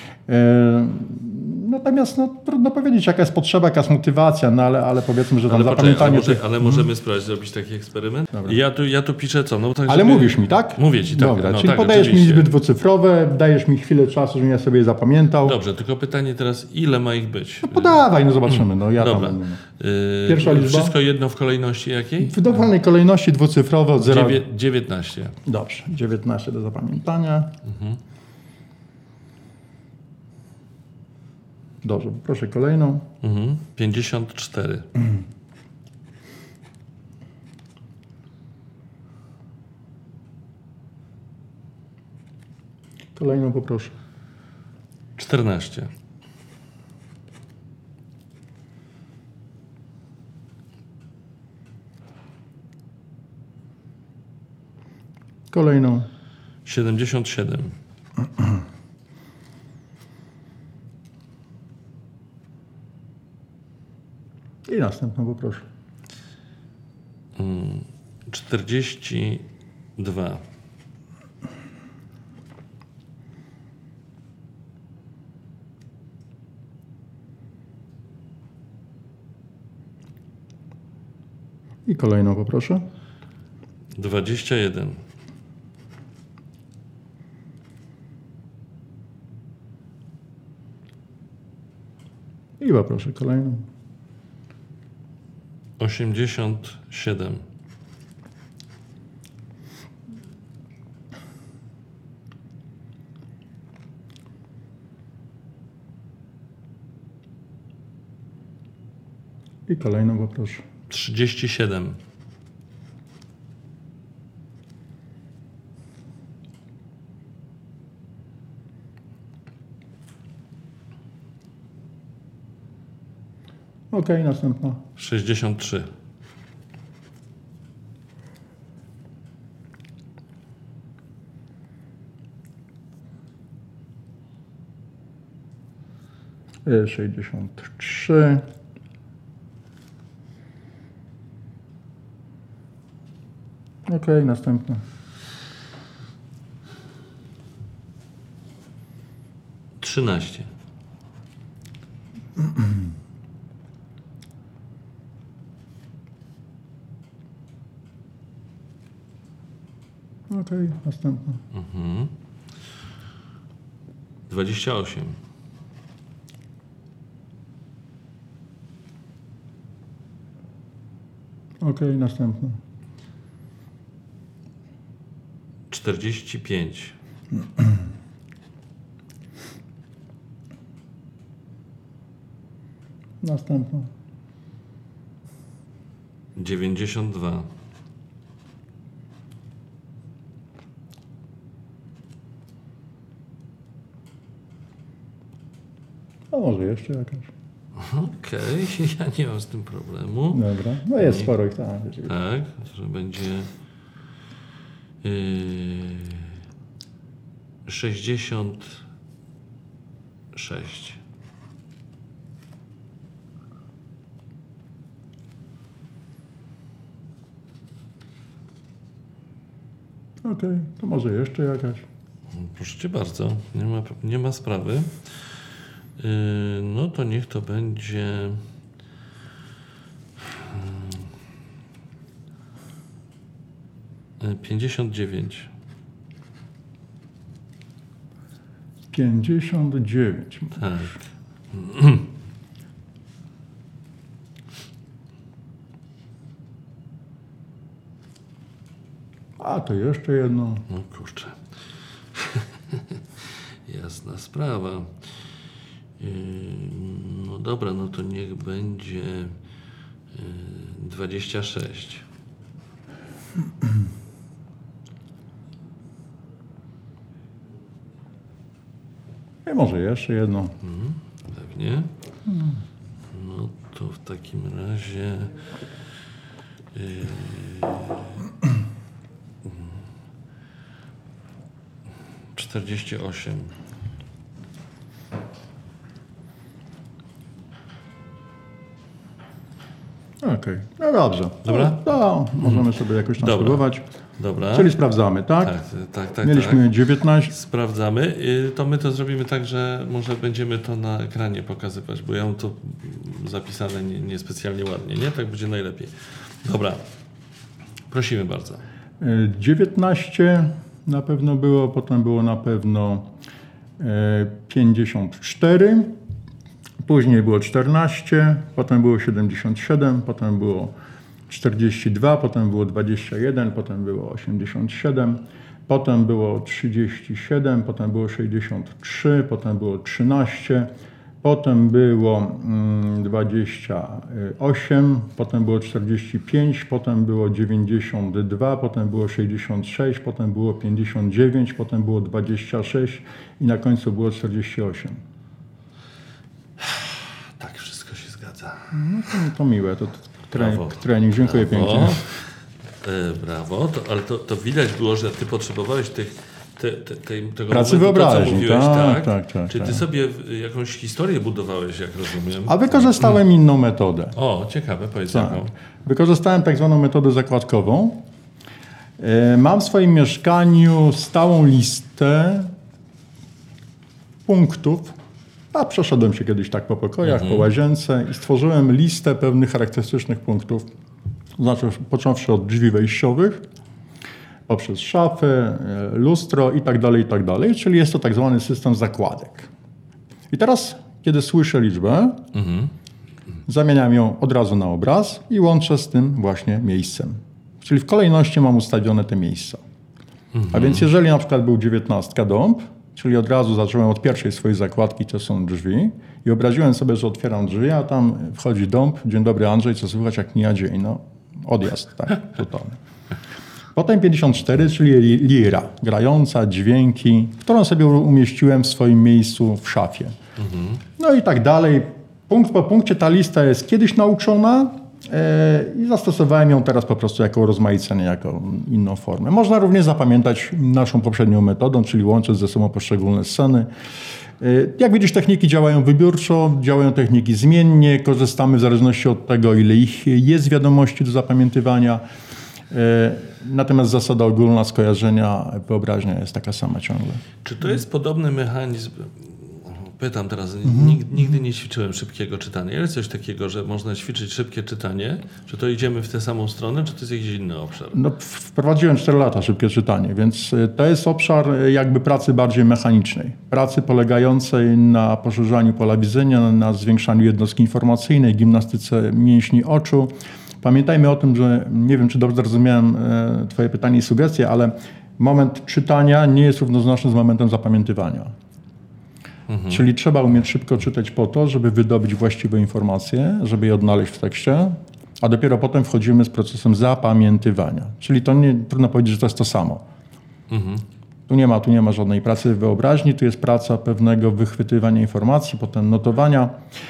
Natomiast trudno powiedzieć, jaka jest potrzeba, jaka jest motywacja, no ale powiedzmy, że tam zapamiętanie... Ale możemy spróbować zrobić taki eksperyment? Ja tu piszę co? No, tak, ale mówisz mi, tak? Mówię ci, tak. Dobra, czyli podajesz mi liczby dwucyfrowe, dajesz mi chwilę czasu, żebym ja sobie je zapamiętał. Dobrze, tylko pytanie teraz, ile ma ich być? No podawaj, zobaczymy. Dobra. Pierwsza liczba? Wszystko jedno w kolejności jakiej? W dowolnej kolejności dwucyfrowe od 0... 19. Dobrze, 19 do zapamiętania. Dobrze, proszę kolejną. 54. Kolejną poproszę. 14. Kolejną. 77. I następną poproszę. 42. I kolejną poproszę. 21. I poproszę kolejną. 87. I kolejną poproszę. 37. Okej, następna. 63. Y, 63. Okej, następna. 13. Okej, następna. 28. Okej, następna. 45. Następna. 92. A może jeszcze jakaś. Okej, ja nie mam z tym problemu. Dobra. No jest sporo ich tam. Tak, że będzie 66. Okej, to może jeszcze jakaś. Proszę cię bardzo, nie ma sprawy. No to niech to będzie 59. 59. Tak. A to jeszcze jedno. No kurczę. Jasna sprawa. No dobra, no to niech będzie 26. I może jeszcze jedno. Pewnie. No to w takim razie 48. Okej, no dobrze. Dobra? No, możemy sobie jakoś tam Dobra. spróbować. Dobra. Czyli sprawdzamy, tak? Tak. Mieliśmy 19. Sprawdzamy. To my to zrobimy tak, że może będziemy to na ekranie pokazywać, bo ja mam to zapisane niespecjalnie ładnie, nie? Tak będzie najlepiej. Dobra. Prosimy bardzo. 19 na pewno było, potem było na pewno 54, później było 14, potem było 77, potem było 42, potem było 21, potem było 87, potem było 37, potem było 63, potem było 13, potem było 28, potem było 45, potem było 92, potem było 66, potem było 59, potem było 26 i na końcu było 48. Tak, wszystko się zgadza. No to miłe, to Brawo. trening. Dziękuję Brawo. pięknie. Brawo, ale to widać było, że ty potrzebowałeś tego Pracy momentu, to, co wyobraźni, mówiłeś, tak. Czy ty sobie jakąś historię budowałeś, jak rozumiem? A wykorzystałem inną metodę. O, ciekawe, powiedz Tak. jaką. Wykorzystałem tak zwaną metodę zakładkową. Mam w swoim mieszkaniu stałą listę punktów, a przeszedłem się kiedyś tak po pokojach, po łazience i stworzyłem listę pewnych charakterystycznych punktów, to znaczy począwszy od drzwi wejściowych, poprzez szafę, lustro i tak dalej, czyli jest to tak zwany system zakładek. I teraz, kiedy słyszę liczbę, zamieniam ją od razu na obraz i łączę z tym właśnie miejscem. Czyli w kolejności mam ustawione te miejsca. A więc jeżeli na przykład był 19 dąb, Czyli od razu zacząłem od pierwszej swojej zakładki, to są drzwi. I wyobraziłem sobie, że otwieram drzwi, a tam wchodzi dąb. Dzień dobry Andrzej, co słychać, jak mija dzień? No, odjazd, tak, totalny. Potem 54, czyli lira, grająca, dźwięki, którą sobie umieściłem w swoim miejscu w szafie. No i tak dalej. Punkt po punkcie ta lista jest kiedyś nauczona i zastosowałem ją teraz po prostu jako urozmaicenie, jako inną formę. Można również zapamiętać naszą poprzednią metodą, czyli łączyć ze sobą poszczególne sceny. Jak widzisz, techniki działają wybiórczo, działają techniki zmiennie, korzystamy w zależności od tego, ile ich jest wiadomości do zapamiętywania. Natomiast zasada ogólna skojarzenia, wyobraźnia jest taka sama ciągle. Czy to jest podobny mechanizm? Pytam teraz, nigdy nie ćwiczyłem szybkiego czytania. Jest coś takiego, że można ćwiczyć szybkie czytanie? Czy to idziemy w tę samą stronę, czy to jest jakiś inny obszar? No, wprowadziłem 4 lata szybkie czytanie, więc to jest obszar jakby pracy bardziej mechanicznej. Pracy polegającej na poszerzaniu pola widzenia, na zwiększaniu jednostki informacyjnej, gimnastyce mięśni oczu. Pamiętajmy o tym, że nie wiem, czy dobrze zrozumiałem twoje pytanie i sugestie, ale moment czytania nie jest równoznaczny z momentem zapamiętywania. Czyli trzeba umieć szybko czytać po to, żeby wydobyć właściwe informacje, żeby je odnaleźć w tekście, a dopiero potem wchodzimy z procesem zapamiętywania. Czyli to nie, trudno powiedzieć, że to jest to samo. Tu nie ma żadnej pracy wyobraźni, tu jest praca pewnego wychwytywania informacji, potem notowania.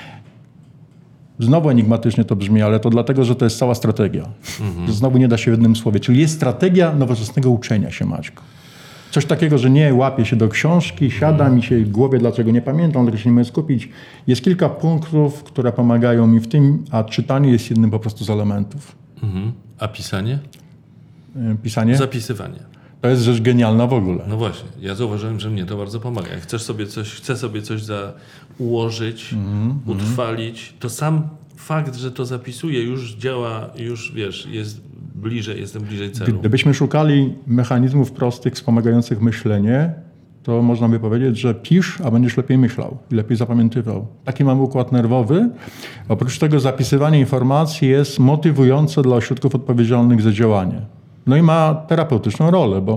Znowu enigmatycznie to brzmi, ale to dlatego, że to jest cała strategia. Znowu nie da się w jednym słowie. Czyli jest strategia nowoczesnego uczenia się, Maćku. Coś takiego, że nie łapię się do książki, siadam i się w głowie, dlaczego nie pamiętam, dlaczego się nie mogę skupić. Jest kilka punktów, które pomagają mi w tym, a czytanie jest jednym po prostu z elementów. A pisanie? Pisanie? Zapisywanie. To jest rzecz genialna w ogóle. No właśnie, ja zauważyłem, że mnie to bardzo pomaga. Jak chcę sobie coś ułożyć, utrwalić, to sam fakt, że to zapisuję, już działa, już wiesz, jestem bliżej celu. Gdybyśmy szukali mechanizmów prostych, wspomagających myślenie, to można by powiedzieć, że pisz, a będziesz lepiej myślał i lepiej zapamiętywał. Taki mamy układ nerwowy. Oprócz tego zapisywanie informacji jest motywujące dla ośrodków odpowiedzialnych za działanie. No i ma terapeutyczną rolę, bo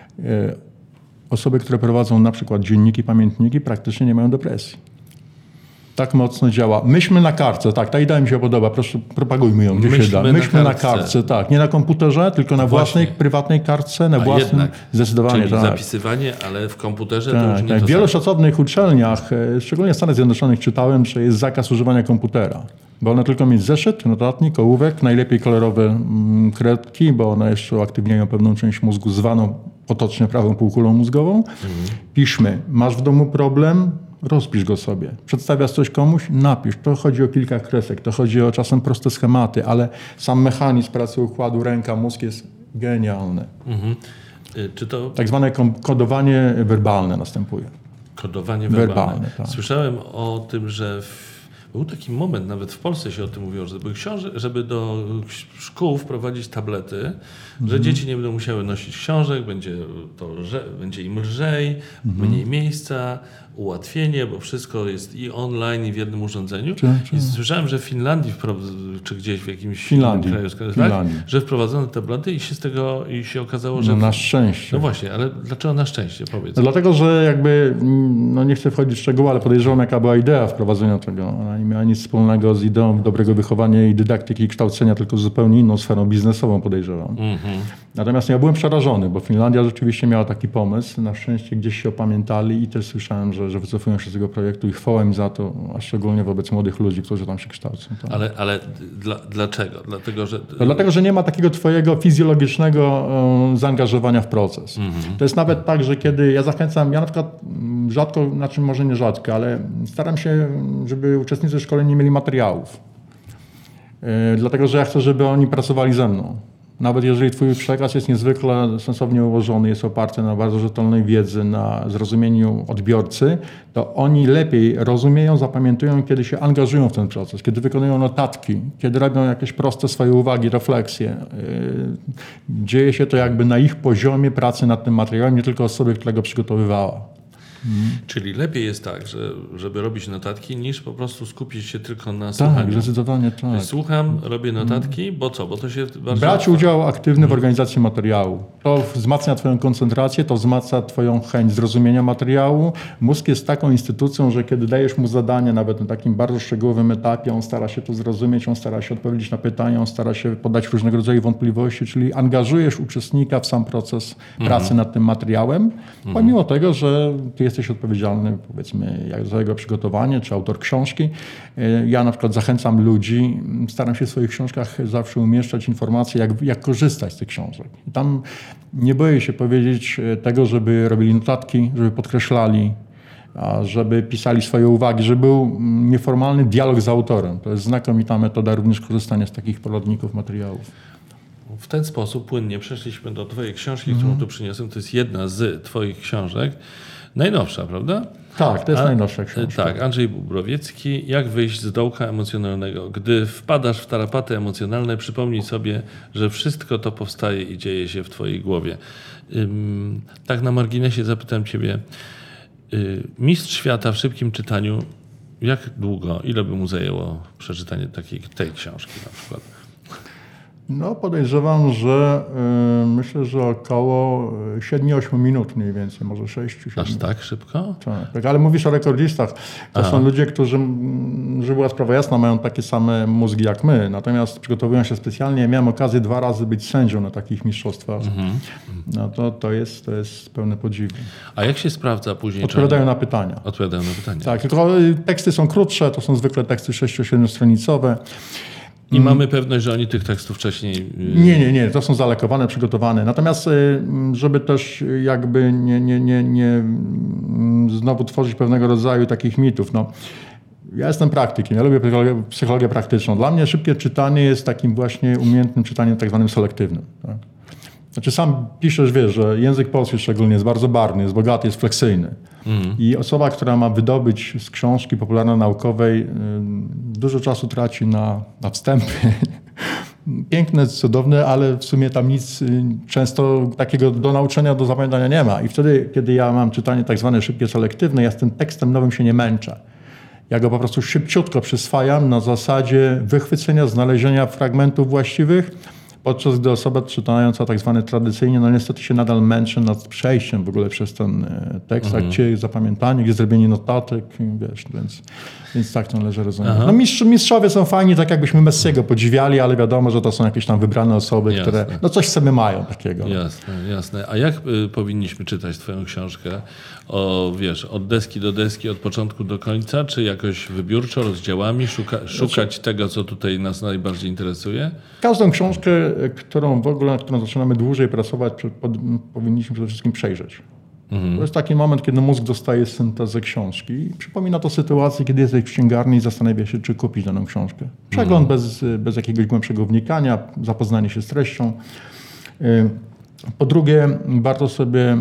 osoby, które prowadzą na przykład dzienniki, pamiętniki, praktycznie nie mają depresji. Tak mocno działa. Myślmy na kartce, tak, ta idea mi się podoba, proszę, propagujmy ją, gdzie się da. Myślmy na kartce, tak. Nie na komputerze, tylko na własnej, prywatnej kartce, na własnym, jednak, zdecydowanie. czyli tak. zapisywanie, ale w komputerze to już nie tak. to W wielu samo. szacownych uczelniach, szczególnie w Stanach Zjednoczonych, czytałem, że jest zakaz używania komputera. Wolno tylko mieć zeszyt, notatnik, ołówek, najlepiej kolorowe kredki, bo one jeszcze uaktywniają pewną część mózgu zwaną potocznie prawą półkulą mózgową. Piszmy. Masz w domu problem? Rozpisz go sobie. Przedstawiasz coś komuś? Napisz. To chodzi o kilka kresek, to chodzi o czasem proste schematy, ale sam mechanizm pracy układu ręka-mózg jest genialny. Czy to... Tak zwane kodowanie werbalne następuje. Kodowanie werbalne. Tak. Słyszałem o tym, że był taki moment, nawet w Polsce się o tym mówiło, żeby do szkół wprowadzić tablety, że dzieci nie będą musiały nosić książek, będzie im lżej, mniej miejsca, ułatwienie, bo wszystko jest i online, i w jednym urządzeniu. I słyszałem, że w Finlandii, czy gdzieś w jakimś innym kraju, że wprowadzono tablety i się okazało, że... No na szczęście. No właśnie, ale dlaczego na szczęście? Powiedz. No dlatego, że jakby, no nie chcę wchodzić w szczegóły, ale podejrzewam, jaka była idea wprowadzenia tego. Ona nie miała nic wspólnego z ideą dobrego wychowania i dydaktyki i kształcenia, tylko z zupełnie inną sferą biznesową, podejrzewam. Natomiast ja byłem przerażony, bo Finlandia rzeczywiście miała taki pomysł. Na szczęście gdzieś się opamiętali i też słyszałem, że wycofują się z tego projektu i chwała im za to, a szczególnie wobec młodych ludzi, którzy tam się kształcą. Tak. Ale dlaczego? Dlatego, że nie ma takiego twojego fizjologicznego zaangażowania w proces. To jest nawet tak, że kiedy ja zachęcam, ja na przykład rzadko, znaczy może nie rzadko, ale staram się, żeby uczestnicy szkoleń nie mieli materiałów. Dlatego, że ja chcę, żeby oni pracowali ze mną. Nawet jeżeli twój przekaz jest niezwykle sensownie ułożony, jest oparty na bardzo rzetelnej wiedzy, na zrozumieniu odbiorcy, to oni lepiej rozumieją, zapamiętują, kiedy się angażują w ten proces, kiedy wykonują notatki, kiedy robią jakieś proste swoje uwagi, refleksje. Dzieje się to jakby na ich poziomie pracy nad tym materiałem, nie tylko osoby, która go przygotowywała. Czyli lepiej jest tak, żeby robić notatki, niż po prostu skupić się tylko na słuchaniu. Tak, zdecydowanie tak. Słucham, robię notatki, bo co? Bo to się bardziej... Brać udział aktywny w organizacji materiału. To wzmacnia twoją koncentrację, to wzmacnia twoją chęć zrozumienia materiału. Mózg jest taką instytucją, że kiedy dajesz mu zadanie, nawet na takim bardzo szczegółowym etapie, on stara się to zrozumieć, on stara się odpowiedzieć na pytania, on stara się podać różnego rodzaju wątpliwości, czyli angażujesz uczestnika w sam proces pracy nad tym materiałem, pomimo tego, że ty jesteś odpowiedzialny, powiedzmy, za jego przygotowanie, czy autor książki. Ja na przykład zachęcam ludzi, staram się w swoich książkach zawsze umieszczać informacje, jak korzystać z tych książek. I tam nie boję się powiedzieć tego, żeby robili notatki, żeby podkreślali, żeby pisali swoje uwagi, żeby był nieformalny dialog z autorem. To jest znakomita metoda również korzystania z takich poradników materiałów. W ten sposób płynnie przeszliśmy do twojej książki, którą tu przyniosłem. To jest jedna z twoich książek. Najnowsza, prawda? Tak, to jest najnowsza książka. Tak, Andrzej Bobrowiecki. Jak wyjść z dołka emocjonalnego? Gdy wpadasz w tarapaty emocjonalne, przypomnij sobie, że wszystko to powstaje i dzieje się w twojej głowie. Tak na marginesie zapytam ciebie, mistrz świata w szybkim czytaniu, jak długo, ile by mu zajęło przeczytanie tej książki na przykład? No podejrzewam, że myślę, że około 7-8 minut mniej więcej, może 6-7. Aż tak szybko? Tak, ale mówisz o rekordistach. To są ludzie, którzy, żeby była sprawa jasna, mają takie same mózgi jak my, natomiast przygotowują się specjalnie. Miałem okazję 2 razy być sędzią na takich mistrzostwach. No to jest pełne podziwu. A jak się sprawdza później? Odpowiadają na pytania. Odpowiadają na pytania. Tak, tylko teksty są krótsze, to są zwykle teksty 6-7 stronicowe. I mamy pewność, że oni tych tekstów wcześniej... Nie, to są zalekowane, przygotowane. Natomiast żeby też jakby nie znowu tworzyć pewnego rodzaju takich mitów. No, ja jestem praktykiem, ja lubię psychologię praktyczną. Dla mnie szybkie czytanie jest takim właśnie umiejętnym czytaniem tak zwanym selektywnym. Tak? Znaczy sam piszesz, wiesz, że język polski szczególnie jest bardzo barwny, jest bogaty, jest fleksyjny. I osoba, która ma wydobyć z książki popularno-naukowej, dużo czasu traci na wstępy. Piękne, cudowne, ale w sumie tam nic często takiego do nauczenia, do zapamiętania nie ma. I wtedy, kiedy ja mam czytanie tak zwane szybkie, selektywne, ja z tym tekstem nowym się nie męczę. Ja go po prostu szybciutko przyswajam na zasadzie wychwycenia, znalezienia fragmentów właściwych, podczas gdy osoba czytająca tak zwane tradycyjnie, no niestety się nadal męczy nad przejściem w ogóle przez ten tekst, gdzie zapamiętanie, gdzie zrobienie notatek, wiesz, więc tak to należy rozumieć. No mistrzowie są fajni, tak jakbyśmy Messiego podziwiali, ale wiadomo, że to są jakieś tam wybrane osoby, które no coś sobie mają takiego. Jasne. A jak powinniśmy czytać twoją książkę? Od deski do deski, od początku do końca, czy jakoś wybiórczo, rozdziałami, szukać tego, co tutaj nas najbardziej interesuje? Każdą książkę, którą zaczynamy dłużej pracować, powinniśmy przede wszystkim przejrzeć. To jest taki moment, kiedy mózg dostaje syntezę książki. Przypomina to sytuację, kiedy jesteś w księgarni i zastanawia się, czy kupić daną książkę. Przegląd bez jakiegoś głębszego wnikania, zapoznanie się z treścią. Po drugie, warto sobie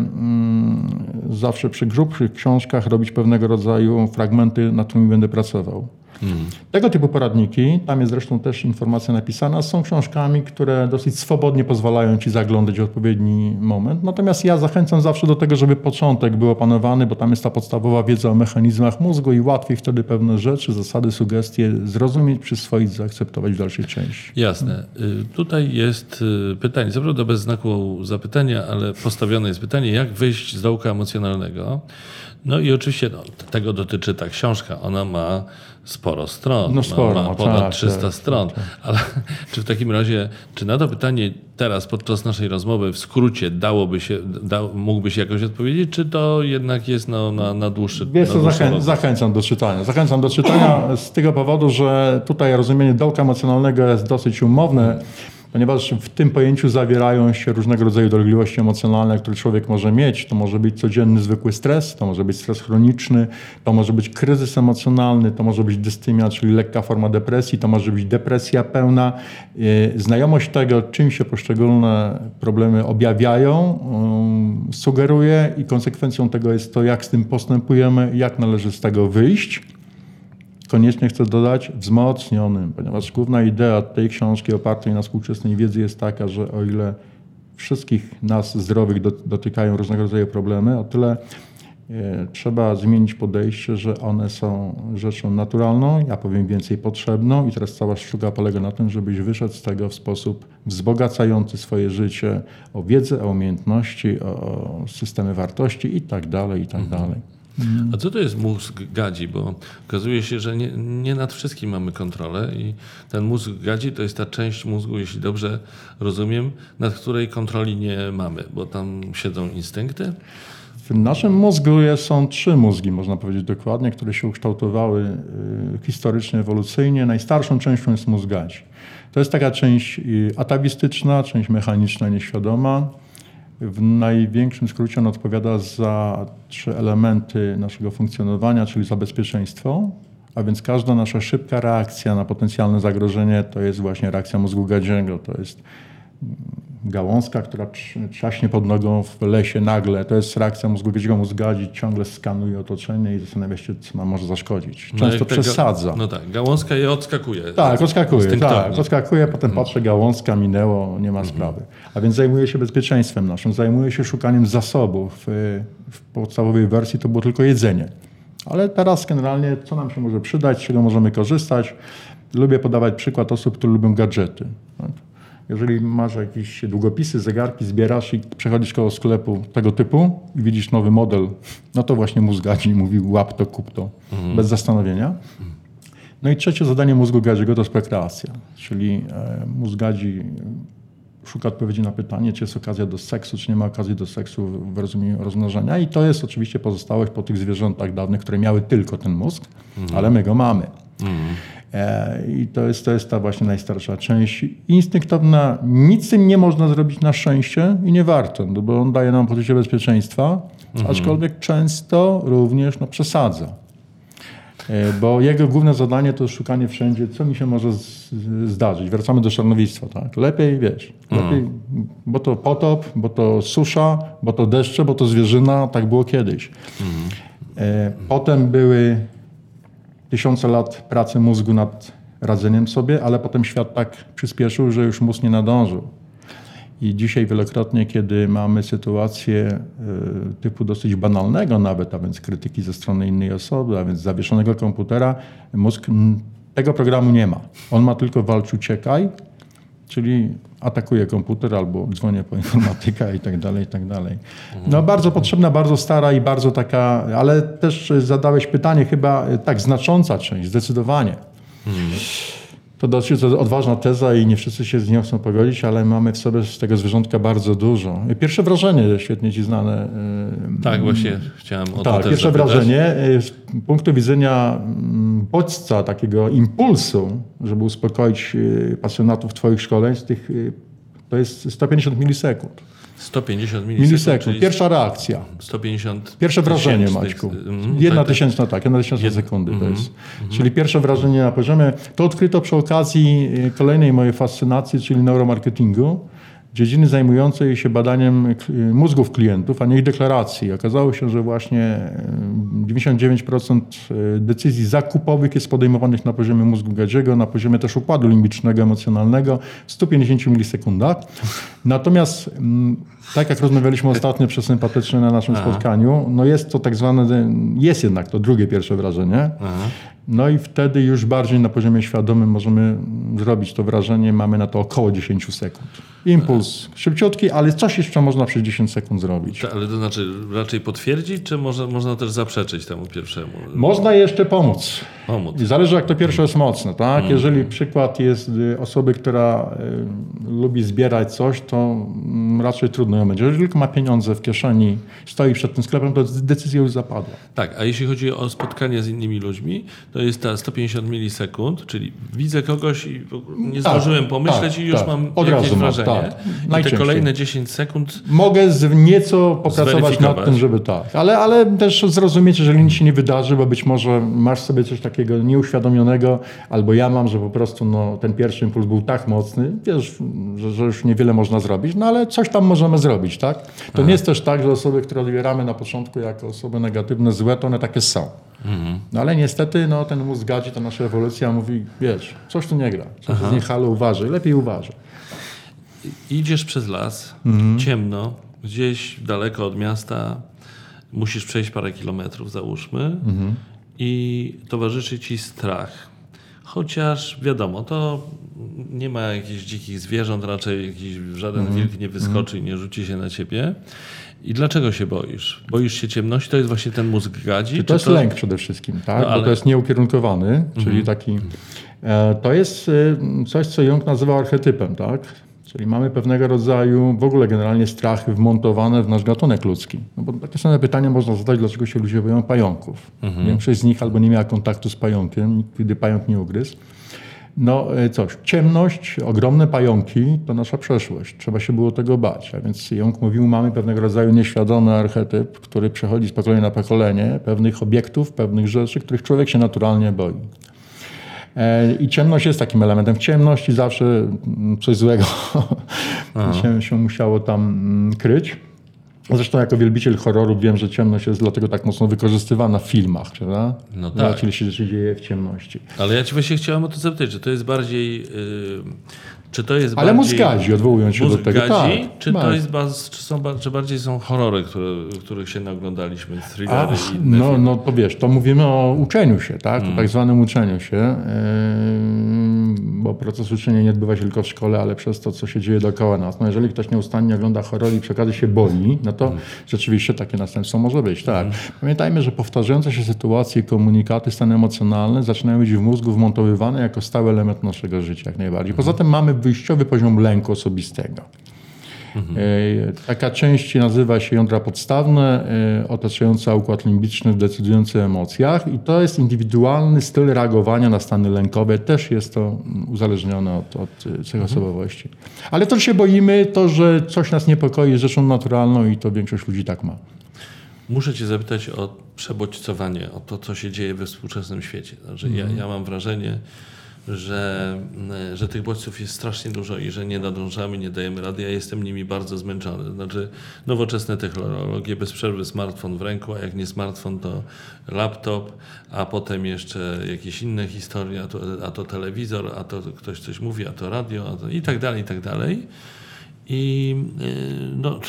zawsze przy grubszych książkach robić pewnego rodzaju fragmenty, nad którymi będę pracował. Tego typu poradniki, tam jest zresztą też informacja napisana, są książkami, które dosyć swobodnie pozwalają ci zaglądać w odpowiedni moment. Natomiast ja zachęcam zawsze do tego, żeby początek był opanowany, bo tam jest ta podstawowa wiedza o mechanizmach mózgu i łatwiej wtedy pewne rzeczy, zasady, sugestie zrozumieć, przyswoić, zaakceptować w dalszej części. Jasne. Tutaj jest pytanie, co prawda bez znaku zapytania, ale postawione jest pytanie, jak wyjść z dołka emocjonalnego. No i oczywiście tego dotyczy ta książka. Ona ma sporo stron. Ma ponad 300 stron. Ale czy w takim razie, czy na to pytanie teraz podczas naszej rozmowy w skrócie mógłbyś jakoś odpowiedzieć, czy to jednak jest na dłuższy czas? Zachęcam do czytania. Zachęcam do czytania z tego powodu, że tutaj rozumienie dołka emocjonalnego jest dosyć umowne, ponieważ w tym pojęciu zawierają się różnego rodzaju dolegliwości emocjonalne, które człowiek może mieć. To może być codzienny, zwykły stres, to może być stres chroniczny, to może być kryzys emocjonalny, to może być dystymia, czyli lekka forma depresji, to może być depresja pełna. Znajomość tego, czym się poszczególne problemy objawiają, sugeruje i konsekwencją tego jest to, jak z tym postępujemy, jak należy z tego wyjść. Koniecznie chcę dodać wzmocnionym, ponieważ główna idea tej książki opartej na współczesnej wiedzy jest taka, że o ile wszystkich nas zdrowych dotykają różnego rodzaju problemy, o tyle Trzeba zmienić podejście, że one są rzeczą naturalną, ja powiem więcej potrzebną i teraz cała sztuka polega na tym, żebyś wyszedł z tego w sposób wzbogacający swoje życie o wiedzę, o umiejętności, o systemy wartości i tak dalej, i tak dalej. A co to jest mózg gadzi? Bo okazuje się, że nie nad wszystkim mamy kontrolę i ten mózg gadzi to jest ta część mózgu, jeśli dobrze rozumiem, nad której kontroli nie mamy, bo tam siedzą instynkty. W naszym mózgu są 3 mózgi, można powiedzieć dokładnie, które się ukształtowały historycznie, ewolucyjnie. Najstarszą częścią jest mózg gadzi. To jest taka część atawistyczna, część mechaniczna, nieświadoma. W największym skrócie on odpowiada za 3 elementy naszego funkcjonowania, czyli za bezpieczeństwo, a więc każda nasza szybka reakcja na potencjalne zagrożenie to jest właśnie reakcja mózgu gadziego. To jest gałązka, która trzaśnie pod nogą w lesie nagle. To jest reakcja mózgu gadziego. Mózg gadzi ciągle skanuje otoczenie i zastanawia się, co nam może zaszkodzić. Często przesadza. No tak, gałązka je odskakuje. Tak, odskakuje, potem patrzę, gałązka minęło, nie ma sprawy. A więc zajmuje się bezpieczeństwem naszym, zajmuje się szukaniem zasobów. W podstawowej wersji to było tylko jedzenie. Ale teraz generalnie, co nam się może przydać, z czego możemy korzystać. Lubię podawać przykład osób, które lubią gadżety. Jeżeli masz jakieś długopisy, zegarki, zbierasz i przechodzisz koło sklepu tego typu i widzisz nowy model, no to właśnie mózg gadzi mówi łap to, kup to, bez zastanowienia. No i trzecie zadanie mózgu gadziego to jest prokreacja, czyli mózg gadzi szuka odpowiedzi na pytanie, czy jest okazja do seksu, czy nie ma okazji do seksu w rozumieniu rozmnożenia i to jest oczywiście pozostałość po tych zwierzętach dawnych, które miały tylko ten mózg, ale my go mamy. I to jest ta właśnie najstarsza część instynktowna. Nic z tym nie można zrobić na szczęście i nie warto, no bo on daje nam poczucie bezpieczeństwa, aczkolwiek często również przesadza. Bo jego główne zadanie to szukanie wszędzie, co mi się może zdarzyć. Wracamy do szarnowictwa. Tak? Lepiej, bo to potop, bo to susza, bo to deszcze, bo to zwierzyna. Tak było kiedyś. Potem były 1000 lat pracy mózgu nad radzeniem sobie, ale potem świat tak przyspieszył, że już mózg nie nadążył. I dzisiaj wielokrotnie, kiedy mamy sytuację typu dosyć banalnego nawet, a więc krytyki ze strony innej osoby, a więc zawieszonego komputera, mózg tego programu nie ma. On ma tylko walcz, uciekaj, czyli atakuje komputer albo dzwonię po informatyka i tak dalej, i tak dalej. No bardzo potrzebna, bardzo stara i bardzo taka, ale też zadałeś pytanie, chyba tak znacząca część, zdecydowanie. To dosyć odważna teza i nie wszyscy się z nią chcą pogodzić, ale mamy w sobie z tego zwierzątka bardzo dużo. Pierwsze wrażenie, świetnie ci znane. Tak, właśnie chciałem o to też pierwsze zapytać. wrażenie z punktu widzenia bodźca, takiego impulsu, żeby uspokoić pasjonatów twoich szkoleń, to jest 150 milisekund. 150 milisekund. Pierwsza reakcja. 150 pierwsze wrażenie, Maćku. 1/1000, tak, 1/1000 sekundy to jest. Czyli pierwsze wrażenie na poziomie. To odkryto przy okazji kolejnej mojej fascynacji, czyli neuromarketingu, dziedziny zajmującej się badaniem mózgów klientów, a nie ich deklaracji. Okazało się, że właśnie 99% decyzji zakupowych jest podejmowanych na poziomie mózgu gadziego, na poziomie też układu limbicznego, emocjonalnego w 150 milisekundach. Natomiast tak jak rozmawialiśmy ostatnio przesympatycznie na naszym spotkaniu, no jest to tak zwane, jest jednak to drugie pierwsze wrażenie. No i wtedy już bardziej na poziomie świadomym możemy zrobić to wrażenie. Mamy na to około 10 sekund. Impuls szybciutki, ale coś jeszcze można przez 10 sekund zrobić. Ale to znaczy raczej potwierdzić, czy można też zaprzeczyć temu pierwszemu? Można jeszcze pomóc. I zależy, jak to pierwsze jest mocne. Tak? Jeżeli przykład jest osoby, która lubi zbierać coś, to raczej trudno ją będzie. Jeżeli tylko ma pieniądze w kieszeni, stoi przed tym sklepem, to decyzja już zapadła. Tak, a jeśli chodzi o spotkanie z innymi ludźmi, to jest ta 150 milisekund, czyli widzę kogoś i nie zdążyłem pomyśleć i już mam jakieś wrażenie. I te kolejne 10 sekund mogę nieco popracować nad tym, żeby tak. Ale też zrozumieć, jeżeli nic się nie wydarzy, bo być może masz sobie coś takiego nieuświadomionego, albo ja mam, że po prostu ten pierwszy impuls był tak mocny, wiesz, że już niewiele można zrobić, no ale coś tam możemy zrobić, tak? To nie jest też tak, że osoby, które odbieramy na początku jako osoby negatywne, złe, to one takie są. No ale niestety ten mózg gadzi, ta nasza ewolucja mówi, wiesz, coś tu nie gra, coś z niej halo, uważaj, lepiej uważaj. Idziesz przez las, ciemno, gdzieś daleko od miasta musisz przejść parę kilometrów, załóżmy, i towarzyszy ci strach. Chociaż wiadomo, to nie ma jakichś dzikich zwierząt, raczej jakiś żaden wilk nie wyskoczy i nie rzuci się na ciebie. I dlaczego się boisz? Boisz się ciemności? To jest właśnie ten mózg gadzi? To jest lęk przede wszystkim, tak? Bo to jest nieukierunkowany, czyli taki... To jest coś, co Jung nazywał archetypem, tak? Czyli mamy pewnego rodzaju w ogóle generalnie strachy wmontowane w nasz gatunek ludzki. No bo takie same pytania można zadać, dlaczego się ludzie boją pająków. Większość z nich albo nie miała kontaktu z pająkiem, kiedy pająk nie ugryzł. No coś, ciemność, ogromne pająki to nasza przeszłość. Trzeba się było tego bać. A więc Jung mówił, mamy pewnego rodzaju nieświadomy archetyp, który przechodzi z pokolenia na pokolenie, pewnych obiektów, pewnych rzeczy, których człowiek się naturalnie boi. I ciemność jest takim elementem. W ciemności zawsze coś złego się musiało tam kryć. Zresztą jako wielbiciel horroru wiem, że ciemność jest dlatego tak mocno wykorzystywana w filmach, prawda? No tak. Czyli się dzieje w ciemności. Ale ja cię właśnie chciałem o to zapytać, czy to jest bardziej... Ale mózg gadzi, odwołując się do tego. Gadzi, tak, czy to jest czy bardziej są horrory, których się naglądaliśmy, thrillery i inne filmy? No to wiesz, to mówimy o uczeniu się, tak? O tak zwanym uczeniu się, bo proces uczenia nie odbywa się tylko w szkole, ale przez to, co się dzieje dookoła nas. No jeżeli ktoś nieustannie ogląda horror i przy okazji się boi, no to rzeczywiście takie następstwo może być, tak. Pamiętajmy, że powtarzające się sytuacje, komunikaty, stany emocjonalne zaczynają być w mózgu wmontowywane jako stały element naszego życia, jak najbardziej. Poza tym mamy wyjściowy poziom lęku osobistego. Taka część nazywa się jądra podstawne, otaczająca układ limbiczny decydujący o emocjach i to jest indywidualny styl reagowania na stany lękowe. Też jest to uzależnione od cech osobowości. Ale to, że się boimy, to, że coś nas niepokoi, jest rzeczą naturalną i to większość ludzi tak ma. Muszę cię zapytać o przebodźcowanie, o to, co się dzieje we współczesnym świecie. Znaczy, ja mam wrażenie, że tych bodźców jest strasznie dużo i że nie nadążamy, nie dajemy rady. Ja jestem nimi bardzo zmęczony. Znaczy nowoczesne technologie, bez przerwy smartfon w ręku, a jak nie smartfon, to laptop, a potem jeszcze jakieś inne historie, a to telewizor, a to ktoś coś mówi, a to radio, i tak dalej, i tak dalej. I no...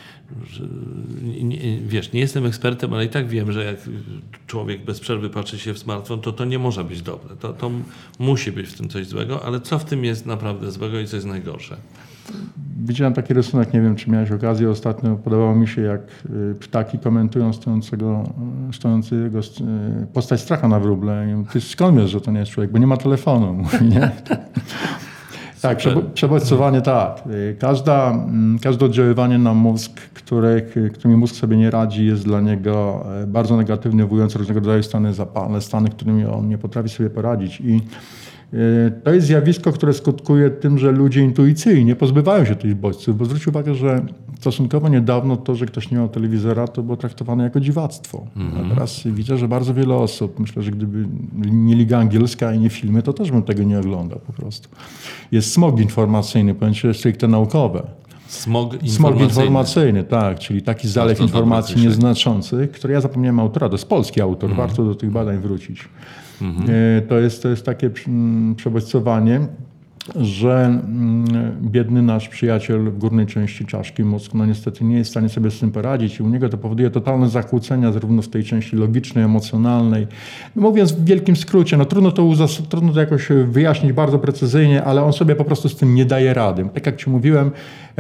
Wiesz, nie jestem ekspertem, ale i tak wiem, że jak człowiek bez przerwy patrzy się w smartfon, to nie może być dobre. To musi być w tym coś złego, ale co w tym jest naprawdę złego i co jest najgorsze? Widziałem taki rysunek, nie wiem, czy miałeś okazję ostatnio. Podobało mi się, jak ptaki komentują stojącego postać straka na wróble. Ty skąd wiesz, że to nie jest człowiek, bo nie ma telefonu. Mówi, nie? Tak, przebodźcowanie tak. Każde oddziaływanie na mózg, którymi mózg sobie nie radzi, jest dla niego bardzo negatywny, wywołując różnego rodzaju stany zapalne, stany, którymi on nie potrafi sobie poradzić. I to jest zjawisko, które skutkuje tym, że ludzie intuicyjnie pozbywają się tych bodźców, bo zwróć uwagę, że stosunkowo niedawno to, że ktoś nie miał telewizora, to było traktowane jako dziwactwo. A teraz widzę, że bardzo wiele osób, myślę, że gdyby nie Liga Angielska i nie filmy, to też bym tego nie oglądał po prostu. Jest smog informacyjny, pojęcie stricte naukowe. Smog informacyjny, tak, czyli taki zalew informacji nieznaczących, który ja zapomniałem autora, to jest polski autor, warto do tych badań wrócić. To jest takie przebodźcowanie, że biedny nasz przyjaciel w górnej części czaszki, mózg, no niestety nie jest w stanie sobie z tym poradzić i u niego to powoduje totalne zakłócenia zarówno w tej części logicznej, emocjonalnej. No mówiąc w wielkim skrócie, no trudno to jakoś wyjaśnić bardzo precyzyjnie, ale on sobie po prostu z tym nie daje rady. Tak jak ci mówiłem,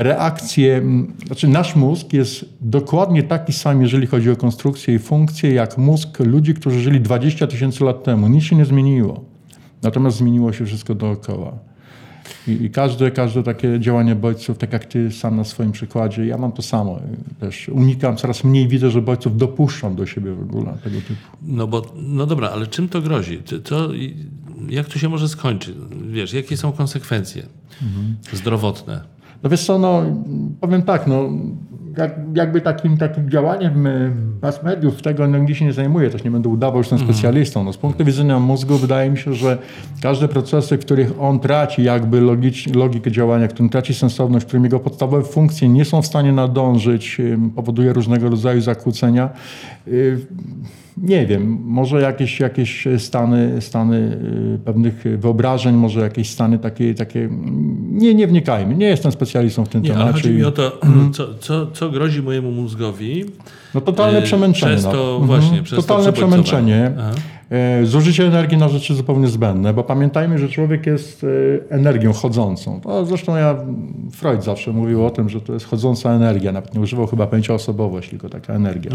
nasz mózg jest dokładnie taki sam, jeżeli chodzi o konstrukcję i funkcję, jak mózg ludzi, którzy żyli 20 000 lat temu. Nic się nie zmieniło. Natomiast zmieniło się wszystko dookoła. I każde takie działanie bodźców, tak jak ty sam na swoim przykładzie, ja mam to samo. Też unikam, coraz mniej widzę, że bodźców dopuszczam do siebie w ogóle tego typu. No dobra, ale czym to grozi? Jak to się może skończyć? Wiesz, jakie są konsekwencje zdrowotne? No wiesz co, powiem tak, jakby takim działaniem mass mediów tego nigdy się nie zajmuję, też nie będę udawał, że jestem specjalistą. Z punktu widzenia mózgu wydaje mi się, że każde procesy, w których on traci jakby logikę działania, w którym traci sensowność, w którym jego podstawowe funkcje nie są w stanie nadążyć, powoduje różnego rodzaju zakłócenia. nie wiem, może jakieś stany pewnych wyobrażeń, może jakieś stany takie nie wnikajmy. Nie jestem specjalistą w tym temacie. Ale chodzi mi o to, co grozi mojemu mózgowi. No totalne przemęczenie. Przez totalne przemęczenie. Zużycie energii na rzeczy zupełnie zbędne, bo pamiętajmy, że człowiek jest energią chodzącą. To zresztą Freud zawsze mówił o tym, że to jest chodząca energia. Nawet nie używał chyba pięcioosobowość, tylko taka energia.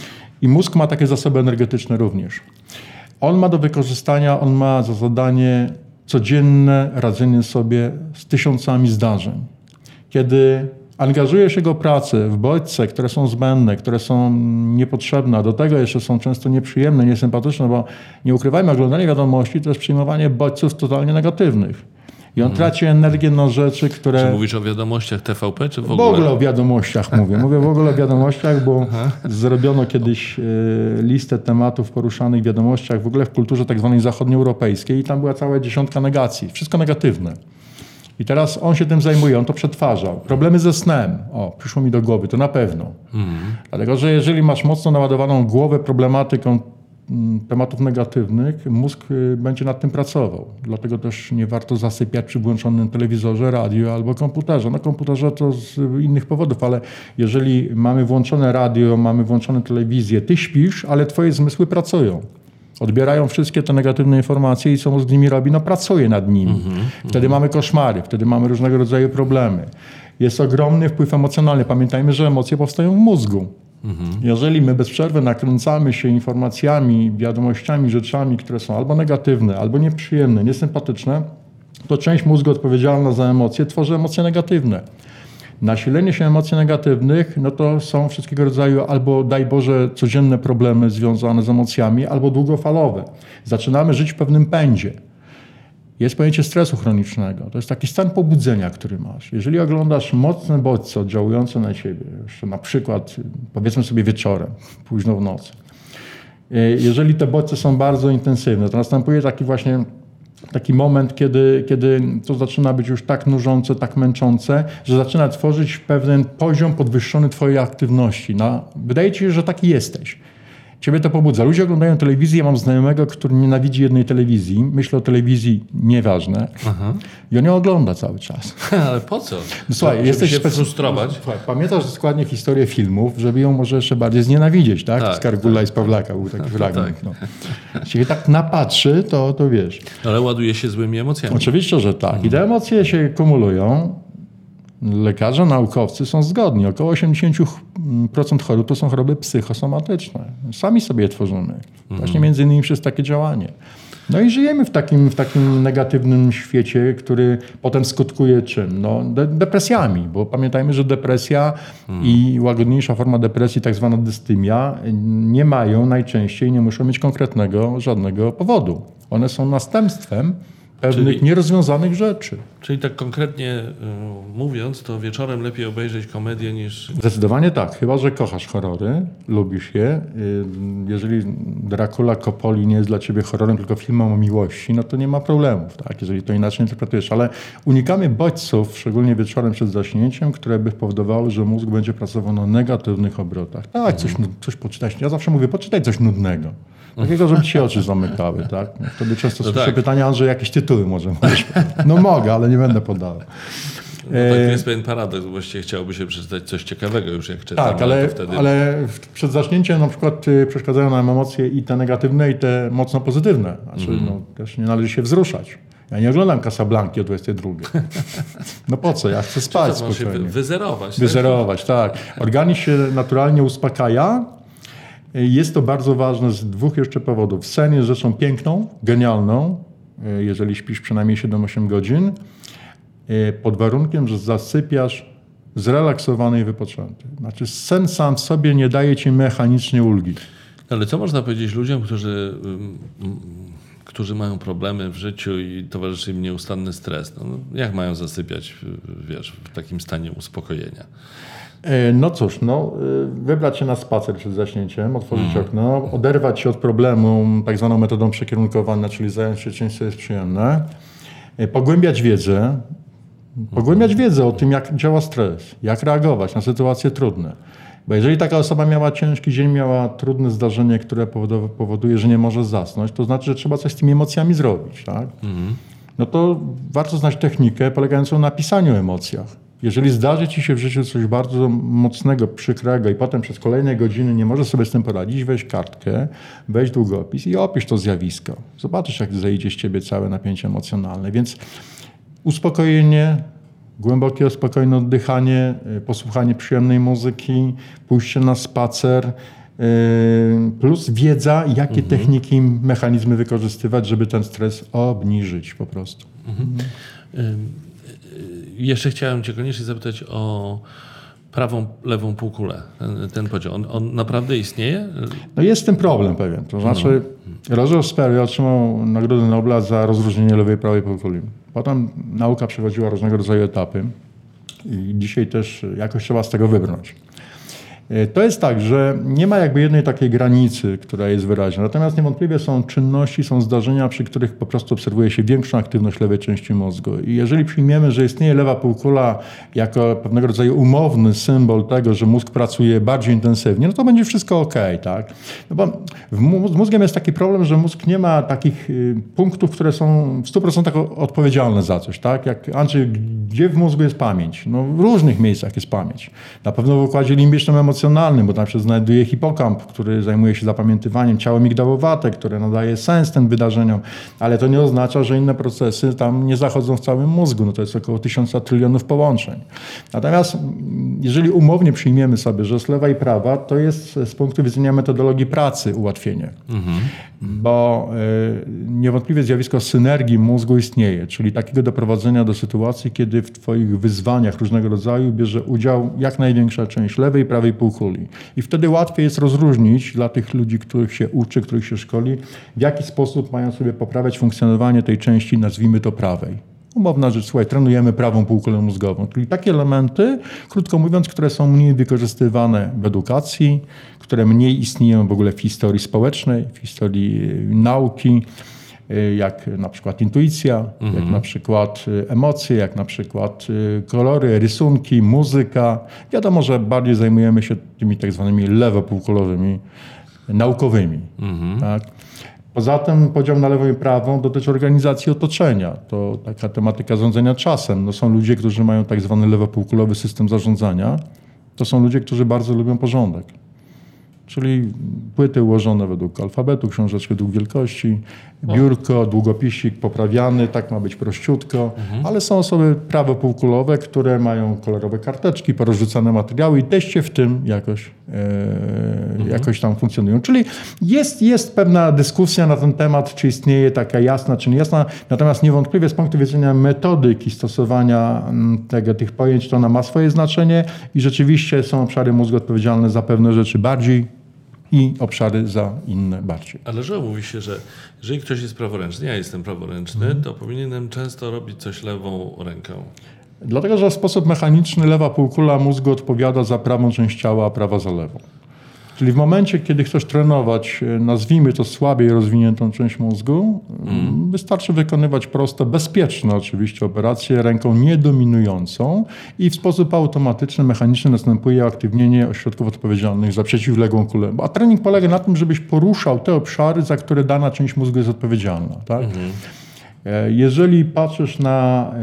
I mózg ma takie zasoby energetyczne również. On ma do wykorzystania, on ma za zadanie codzienne radzenie sobie z tysiącami zdarzeń. Kiedy angażuje się go pracę w bodźce, które są zbędne, które są niepotrzebne, a do tego jeszcze są często nieprzyjemne, niesympatyczne, bo nie ukrywajmy, oglądanie wiadomości to jest przyjmowanie bodźców totalnie negatywnych. I on traci energię na rzeczy, które... Czy mówisz o wiadomościach TVP, czy w ogóle? W ogóle o wiadomościach mówię. Mówię w ogóle o wiadomościach, bo zrobiono kiedyś listę tematów poruszanych w wiadomościach, w ogóle w kulturze tak zwanej zachodnioeuropejskiej i tam była cała dziesiątka negacji. Wszystko negatywne. I teraz on się tym zajmuje, on to przetwarzał. Problemy ze snem. Przyszło mi do głowy, to na pewno. Dlatego, że jeżeli masz mocno naładowaną głowę problematyką tematów negatywnych, mózg będzie nad tym pracował. Dlatego też nie warto zasypiać przy włączonym telewizorze, radio albo komputerze. Na komputerze to z innych powodów, ale jeżeli mamy włączone radio, mamy włączone telewizję, ty śpisz, ale twoje zmysły pracują. Odbierają wszystkie te negatywne informacje i co mózg z nimi robi? No pracuje nad nimi. Wtedy mamy koszmary, wtedy mamy różnego rodzaju problemy. Jest ogromny wpływ emocjonalny. Pamiętajmy, że emocje powstają w mózgu. Jeżeli my bez przerwy nakręcamy się informacjami, wiadomościami, rzeczami, które są albo negatywne, albo nieprzyjemne, niesympatyczne, to część mózgu odpowiedzialna za emocje tworzy emocje negatywne. Nasilenie się emocji negatywnych, no to są wszystkiego rodzaju albo, daj Boże, codzienne problemy związane z emocjami, albo długofalowe. Zaczynamy żyć w pewnym pędzie. Jest pojęcie stresu chronicznego. To jest taki stan pobudzenia, który masz. Jeżeli oglądasz mocne bodźce oddziałujące na ciebie, jeszcze na przykład powiedzmy sobie wieczorem, późno w nocy. Jeżeli te bodźce są bardzo intensywne, to następuje taki moment, kiedy to zaczyna być już tak nużące, tak męczące, że zaczyna tworzyć pewien poziom podwyższony twojej aktywności. Wydaje ci się, że taki jesteś. Ciebie to pobudza. Ludzie oglądają telewizję. Ja mam znajomego, który nienawidzi jednej telewizji. Myślę o telewizji nieważne. I on ją ogląda cały czas. Ale po co? No, słuchaj, jesteś się frustrować. Słuchaj, pamiętasz składnie historię filmów, żeby ją może jeszcze bardziej znienawidzieć, tak? Z Kargula i z Pawlaka był taki fragment. Tak. No. Jeśli się tak napatrzy, to wiesz. Ale ładuje się złymi emocjami. Oczywiście, że tak. I te emocje się kumulują. Lekarze, naukowcy są zgodni. Około 80% chorób to są choroby psychosomatyczne. Sami sobie je tworzymy. Właśnie między innymi przez takie działanie. No i żyjemy w takim negatywnym świecie, który potem skutkuje czym? No, depresjami, bo pamiętajmy, że depresja i łagodniejsza forma depresji, tak zwana dystymia, nie mają najczęściej, nie muszą mieć żadnego powodu. One są następstwem pewnych nierozwiązanych rzeczy. Czyli tak konkretnie mówiąc, to wieczorem lepiej obejrzeć komedię niż... Zdecydowanie tak, chyba że kochasz horrory, lubisz je. Jeżeli Dracula Coppoli nie jest dla ciebie horrorem, tylko filmem o miłości, no to nie ma problemów, tak? Jeżeli to inaczej interpretujesz. Ale unikamy bodźców, szczególnie wieczorem przed zaśnięciem, które by spowodowały, że mózg będzie pracował na negatywnych obrotach. Tak, coś poczytać. Ja zawsze mówię, poczytaj coś nudnego. Takiego, żeby ci się oczy zamykały, tak? Wtedy często słyszę pytania, Andrzej, jakieś tytuły może możesz. No mogę, ale nie będę podawał. No tak jest pewien paradoks, właściwie chciałoby się przeczytać coś ciekawego już jak czytam. Tak, ale przed zacznięciem na przykład przeszkadzają nam emocje i te negatywne, i te mocno pozytywne. Znaczy, też nie należy się wzruszać. Ja nie oglądam Casablanki o 22. No po co? Ja chcę spać spokojnie. Wyzerować, tak. Organizm się naturalnie uspokaja. Jest to bardzo ważne z dwóch jeszcze powodów. Sen jest rzeczą piękną, genialną, jeżeli śpisz przynajmniej 7-8 godzin, pod warunkiem, że zasypiasz zrelaksowany i wypoczęty. Znaczy sen sam w sobie nie daje ci mechanicznie ulgi. Ale co można powiedzieć ludziom, którzy mają problemy w życiu i towarzyszy im nieustanny stres? No, jak mają zasypiać, w takim stanie uspokojenia? No cóż, wybrać się na spacer przed zaśnięciem, otworzyć okno, oderwać się od problemu tak zwaną metodą przekierunkowania, czyli zająć się czymś, co jest przyjemne, pogłębiać wiedzę o tym, jak działa stres, jak reagować na sytuacje trudne. Bo jeżeli taka osoba miała ciężki dzień, miała trudne zdarzenie, które powoduje, że nie może zasnąć, to znaczy, że trzeba coś z tymi emocjami zrobić. Tak? No to warto znać technikę polegającą na pisaniu o emocjach. Jeżeli zdarzy ci się w życiu coś bardzo mocnego, przykrego i potem przez kolejne godziny nie możesz sobie z tym poradzić, weź kartkę, weź długopis i opisz to zjawisko. Zobaczysz, jak zejdzie z ciebie całe napięcie emocjonalne. Więc uspokojenie, głębokie, spokojne oddychanie, posłuchanie przyjemnej muzyki, pójście na spacer, plus wiedza, jakie techniki, mechanizmy wykorzystywać, żeby ten stres obniżyć po prostu. Jeszcze chciałem cię koniecznie zapytać o prawą, lewą półkulę, ten podział. On naprawdę istnieje? No jest z tym problem pewien. To znaczy Roger Sperry otrzymał Nagrodę Nobla za rozróżnienie lewej i prawej półkuli. Potem nauka przechodziła różnego rodzaju etapy i dzisiaj też jakoś trzeba z tego wybrnąć. To jest tak, że nie ma jakby jednej takiej granicy, która jest wyraźna. Natomiast niewątpliwie są czynności, są zdarzenia, przy których po prostu obserwuje się większą aktywność lewej części mózgu. I jeżeli przyjmiemy, że istnieje lewa półkula jako pewnego rodzaju umowny symbol tego, że mózg pracuje bardziej intensywnie, no to będzie wszystko okej, tak? No bo z mózgiem jest taki problem, że mózg nie ma takich punktów, które są w 100% odpowiedzialne za coś, tak? Jak Andrzej, gdzie w mózgu jest pamięć? No w różnych miejscach jest pamięć. Na pewno w układzie limbicznym emocjonalnym, bo tam się znajduje hipokamp, który zajmuje się zapamiętywaniem, ciało migdałowate, które nadaje sens tym wydarzeniom, ale to nie oznacza, że inne procesy tam nie zachodzą w całym mózgu. No to jest około 1000 trylionów połączeń. Natomiast jeżeli umownie przyjmiemy sobie, że jest lewa i prawa, to jest z punktu widzenia metodologii pracy ułatwienie. Bo niewątpliwie zjawisko synergii mózgu istnieje, czyli takiego doprowadzenia do sytuacji, kiedy w twoich wyzwaniach różnego rodzaju bierze udział jak największa część lewej i prawej półkuli. I wtedy łatwiej jest rozróżnić dla tych ludzi, których się uczy, których się szkoli, w jaki sposób mają sobie poprawiać funkcjonowanie tej części, nazwijmy to prawej. Umowna rzecz, słuchaj, trenujemy prawą półkulę mózgową. Czyli takie elementy, krótko mówiąc, które są mniej wykorzystywane w edukacji, które mniej istnieją w ogóle w historii społecznej, w historii nauki, jak na przykład intuicja, jak na przykład emocje, jak na przykład kolory, rysunki, muzyka. Wiadomo, że bardziej zajmujemy się tymi tak zwanymi lewopółkulowymi, naukowymi. Tak? Poza tym podział na lewą i prawą dotyczy organizacji otoczenia. To taka tematyka zarządzania czasem. No są ludzie, którzy mają tak zwany lewopółkulowy system zarządzania. To są ludzie, którzy bardzo lubią porządek. Czyli płyty ułożone według alfabetu, książeczkę według wielkości, biurko, długopisik poprawiany, tak ma być prościutko. Ale są osoby prawopółkulowe, które mają kolorowe karteczki, porozrzucane materiały i też się w tym jakoś tam funkcjonują. Czyli jest pewna dyskusja na ten temat, czy istnieje taka jasna, czy niejasna. Natomiast niewątpliwie z punktu widzenia metodyki stosowania tych pojęć, to ona ma swoje znaczenie i rzeczywiście są obszary mózgu odpowiedzialne za pewne rzeczy bardziej i obszary za inne bardziej. Ale że mówi się, że jeżeli ktoś jest praworęczny, ja jestem praworęczny, to powinienem często robić coś lewą ręką. Dlatego, że w sposób mechaniczny lewa półkula mózgu odpowiada za prawą część ciała, a prawa za lewą. Czyli w momencie, kiedy chcesz trenować, nazwijmy to słabiej rozwiniętą część mózgu, wystarczy wykonywać proste, bezpieczne oczywiście operacje ręką niedominującą i w sposób automatyczny, mechaniczny następuje aktywnienie ośrodków odpowiedzialnych za przeciwległą kulę. A trening polega na tym, żebyś poruszał te obszary, za które dana część mózgu jest odpowiedzialna. Tak? Jeżeli patrzysz na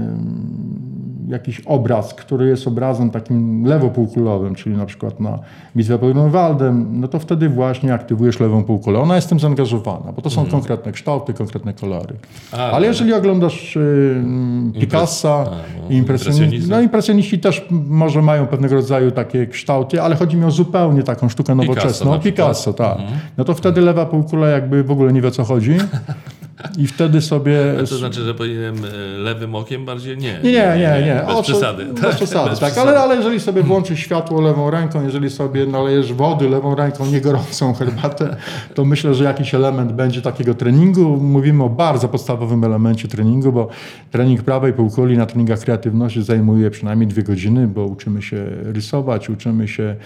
jakiś obraz, który jest obrazem takim lewopółkulowym, czyli na przykład na bitwę pod Grunwaldem, no to wtedy właśnie aktywujesz lewą półkulę. Ona jest tym zaangażowana, bo to są konkretne kształty, konkretne kolory. Ale jeżeli oglądasz Picassa, impresjoniści też może mają pewnego rodzaju takie kształty, ale chodzi mi o zupełnie taką sztukę nowoczesną. Picasso, tak. No to wtedy lewa półkula jakby w ogóle nie wie, o co chodzi. I wtedy sobie... A to znaczy, że powinienem lewym okiem bardziej? Nie. Bez przesady. Bez przesady, tak. Ale jeżeli sobie włączysz światło lewą ręką, jeżeli sobie nalejesz wody lewą ręką, nie gorącą herbatę, to myślę, że jakiś element będzie takiego treningu. Mówimy o bardzo podstawowym elemencie treningu, bo trening prawej półkuli na treningach kreatywności zajmuje przynajmniej 2 godziny, bo uczymy się rysować, uczymy się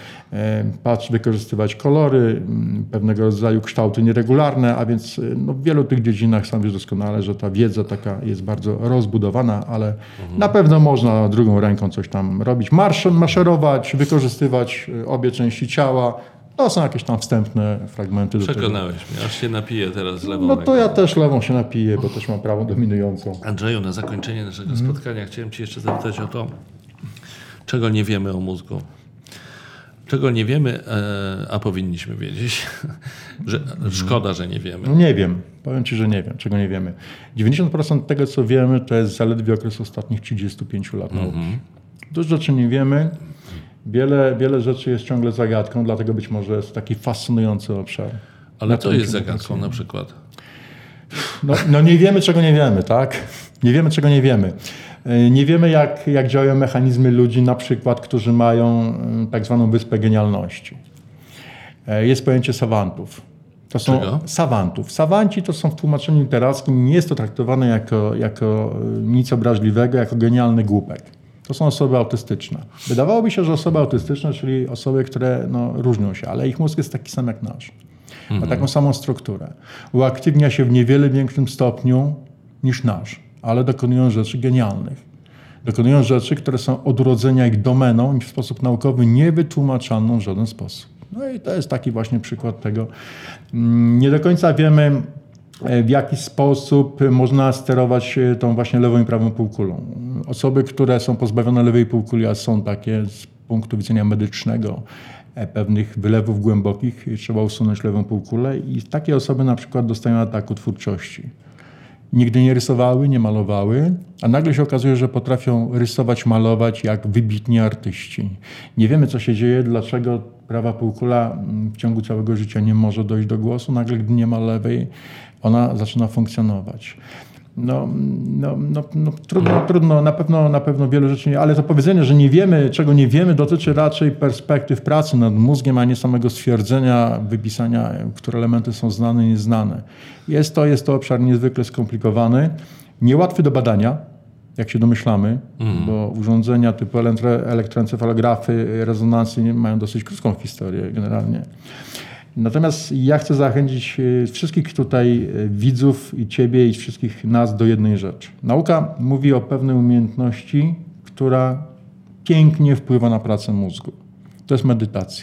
wykorzystywać kolory, pewnego rodzaju kształty nieregularne, a więc w wielu tych dziedzinach szkoleniach sam wiesz doskonale, że ta wiedza taka jest bardzo rozbudowana, ale na pewno można drugą ręką coś tam robić. Maszerować, wykorzystywać obie części ciała. To są jakieś tam wstępne fragmenty. Przekonałeś mnie, aż się napiję teraz lewą No ręką. to ja też lewą się napiję, bo też mam prawą dominującą. Andrzeju, na zakończenie naszego spotkania chciałem Cię jeszcze zapytać o to, czego nie wiemy o mózgu. Czego nie wiemy, a powinniśmy wiedzieć. Że szkoda, że nie wiemy. No nie wiem. Powiem Ci, że nie wiem, czego nie wiemy. 90% tego, co wiemy, to jest zaledwie okres ostatnich 35 lat nauki. Dużo rzeczy nie wiemy. Wiele rzeczy jest ciągle zagadką, dlatego być może jest taki fascynujący obszar. Ale co jest zagadką na przykład? No nie wiemy, czego nie wiemy, tak? Nie wiemy, czego nie wiemy. Nie wiemy, jak działają mechanizmy ludzi, na przykład, którzy mają tak zwaną wyspę genialności. Jest pojęcie savantów. To są Czego? Savantów. Savanci to są w tłumaczeniu literackim, nie jest to traktowane jako nic obraźliwego, jako genialny głupek. To są osoby autystyczne. Wydawałoby się, że osoby autystyczne, czyli osoby, które różnią się, ale ich mózg jest taki sam jak nasz. Ma taką samą strukturę. Uaktywnia się w niewiele większym stopniu niż nasz, ale dokonują rzeczy genialnych. Dokonują rzeczy, które są od urodzenia ich domeną i w sposób naukowy niewytłumaczalną w żaden sposób. No i to jest taki właśnie przykład tego. Nie do końca wiemy, w jaki sposób można sterować tą właśnie lewą i prawą półkulą. Osoby, które są pozbawione lewej półkuli, a są takie z punktu widzenia medycznego, pewnych wylewów głębokich, trzeba usunąć lewą półkulę i takie osoby na przykład dostają ataku twórczości. Nigdy nie rysowały, nie malowały, a nagle się okazuje, że potrafią rysować, malować jak wybitni artyści. Nie wiemy, co się dzieje, dlaczego prawa półkula w ciągu całego życia nie może dojść do głosu, nagle gdy nie ma lewej, ona zaczyna funkcjonować. Trudno, na pewno wiele rzeczy, ale to powiedzenie, że nie wiemy, czego nie wiemy, dotyczy raczej perspektyw pracy nad mózgiem, a nie samego stwierdzenia, wypisania, które elementy są znane, nieznane. Jest to obszar niezwykle skomplikowany, niełatwy do badania, jak się domyślamy, bo urządzenia typu elektroencefalografy, rezonansy mają dosyć krótką historię generalnie. Natomiast ja chcę zachęcić wszystkich tutaj widzów i Ciebie i wszystkich nas do jednej rzeczy. Nauka mówi o pewnej umiejętności, która pięknie wpływa na pracę mózgu. To jest medytacja.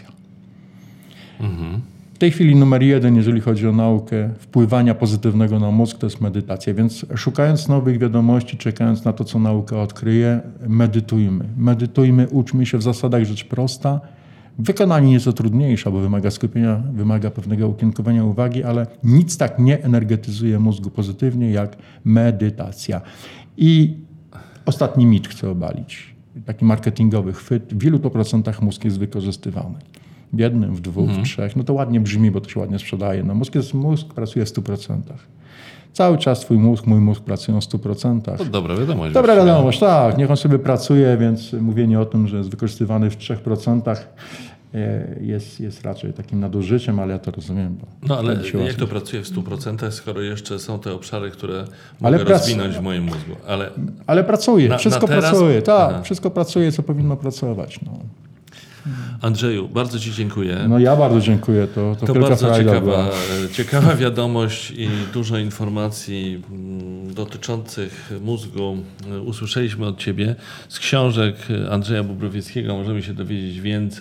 W tej chwili numer 1, jeżeli chodzi o naukę wpływania pozytywnego na mózg, to jest medytacja. Więc szukając nowych wiadomości, czekając na to, co nauka odkryje, medytujmy. Medytujmy, uczmy się w zasadach, rzecz prosta. Wykonanie nieco trudniejsze, bo wymaga skupienia, wymaga pewnego ukierunkowania uwagi, ale nic tak nie energetyzuje mózgu pozytywnie jak medytacja. I ostatni mit chcę obalić. Taki marketingowy chwyt. W ilu to procentach mózg jest wykorzystywany? W 1, w 2, w 3. No to ładnie brzmi, bo to się ładnie sprzedaje. No mózg pracuje w 100%. Cały czas twój mózg, mój mózg pracują w 100%. To dobra wiadomość. Dobra wiadomość, tak. Niech on sobie pracuje, więc mówienie o tym, że jest wykorzystywany w 3% jest raczej takim nadużyciem, ale ja to rozumiem. No ale jak to pracuje w 100%, skoro jeszcze są te obszary, które mogę rozwinąć w moim mózgu? Ale pracuje, wszystko pracuje. Tak, Aha. wszystko pracuje, co powinno pracować. No. Andrzeju, bardzo Ci dziękuję. No ja bardzo dziękuję. To bardzo ciekawa wiadomość i dużo informacji dotyczących mózgu usłyszeliśmy od Ciebie. Z książek Andrzeja Bobrowieckiego możemy się dowiedzieć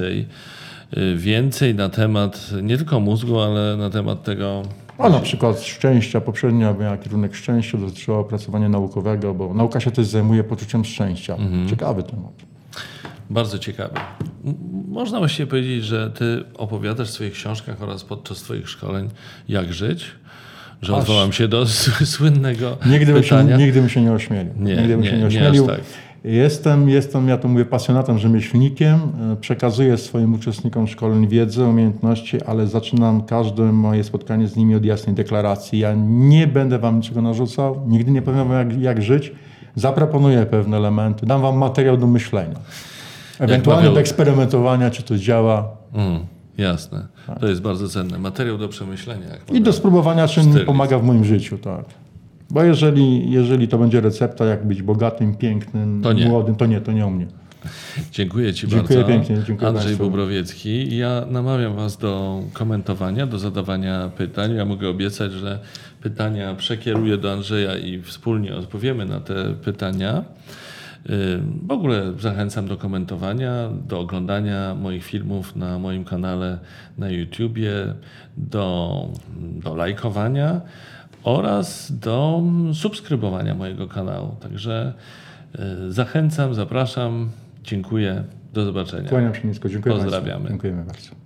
więcej na temat nie tylko mózgu, ale na temat tego... na przykład szczęścia. Poprzednio miała kierunek szczęścia, dotyczyło opracowania naukowego, bo nauka się też zajmuje poczuciem szczęścia. Ciekawy temat. Bardzo ciekawy. Można właściwie powiedzieć, że Ty opowiadasz w swoich książkach oraz podczas Twoich szkoleń, jak żyć? Że odwołam się do słynnego pytania. Nigdy bym się nie ośmielił. Nie aż tak. Ja to mówię, pasjonatem, rzemieślnikiem. Przekazuję swoim uczestnikom szkoleń wiedzę, umiejętności, ale zaczynam każde moje spotkanie z nimi od jasnej deklaracji. Ja nie będę wam niczego narzucał, nigdy nie powiem wam, jak żyć. Zaproponuję pewne elementy, dam wam materiał do myślenia. Ewentualnie do eksperymentowania, czy to działa. Jasne. Tak. To jest bardzo cenne. Materiał do przemyślenia. I do spróbowania, czy mi pomaga w moim życiu. Tak. Bo jeżeli to będzie recepta, jak być bogatym, pięknym, młodym, to nie u mnie. Dziękuję Ci Dziękuję bardzo. pięknie, dziękuję Andrzej Państwu. Bobrowiecki. Ja namawiam Was do komentowania, do zadawania pytań. Ja mogę obiecać, że pytania przekieruję do Andrzeja i wspólnie odpowiemy na te pytania. W ogóle zachęcam do komentowania, do oglądania moich filmów na moim kanale na YouTubie, do lajkowania oraz do subskrybowania mojego kanału. Także zachęcam, zapraszam, dziękuję, do zobaczenia. Kłaniam się nisko, dziękuję Pozdrawiamy. Państwu. Dziękujemy bardzo.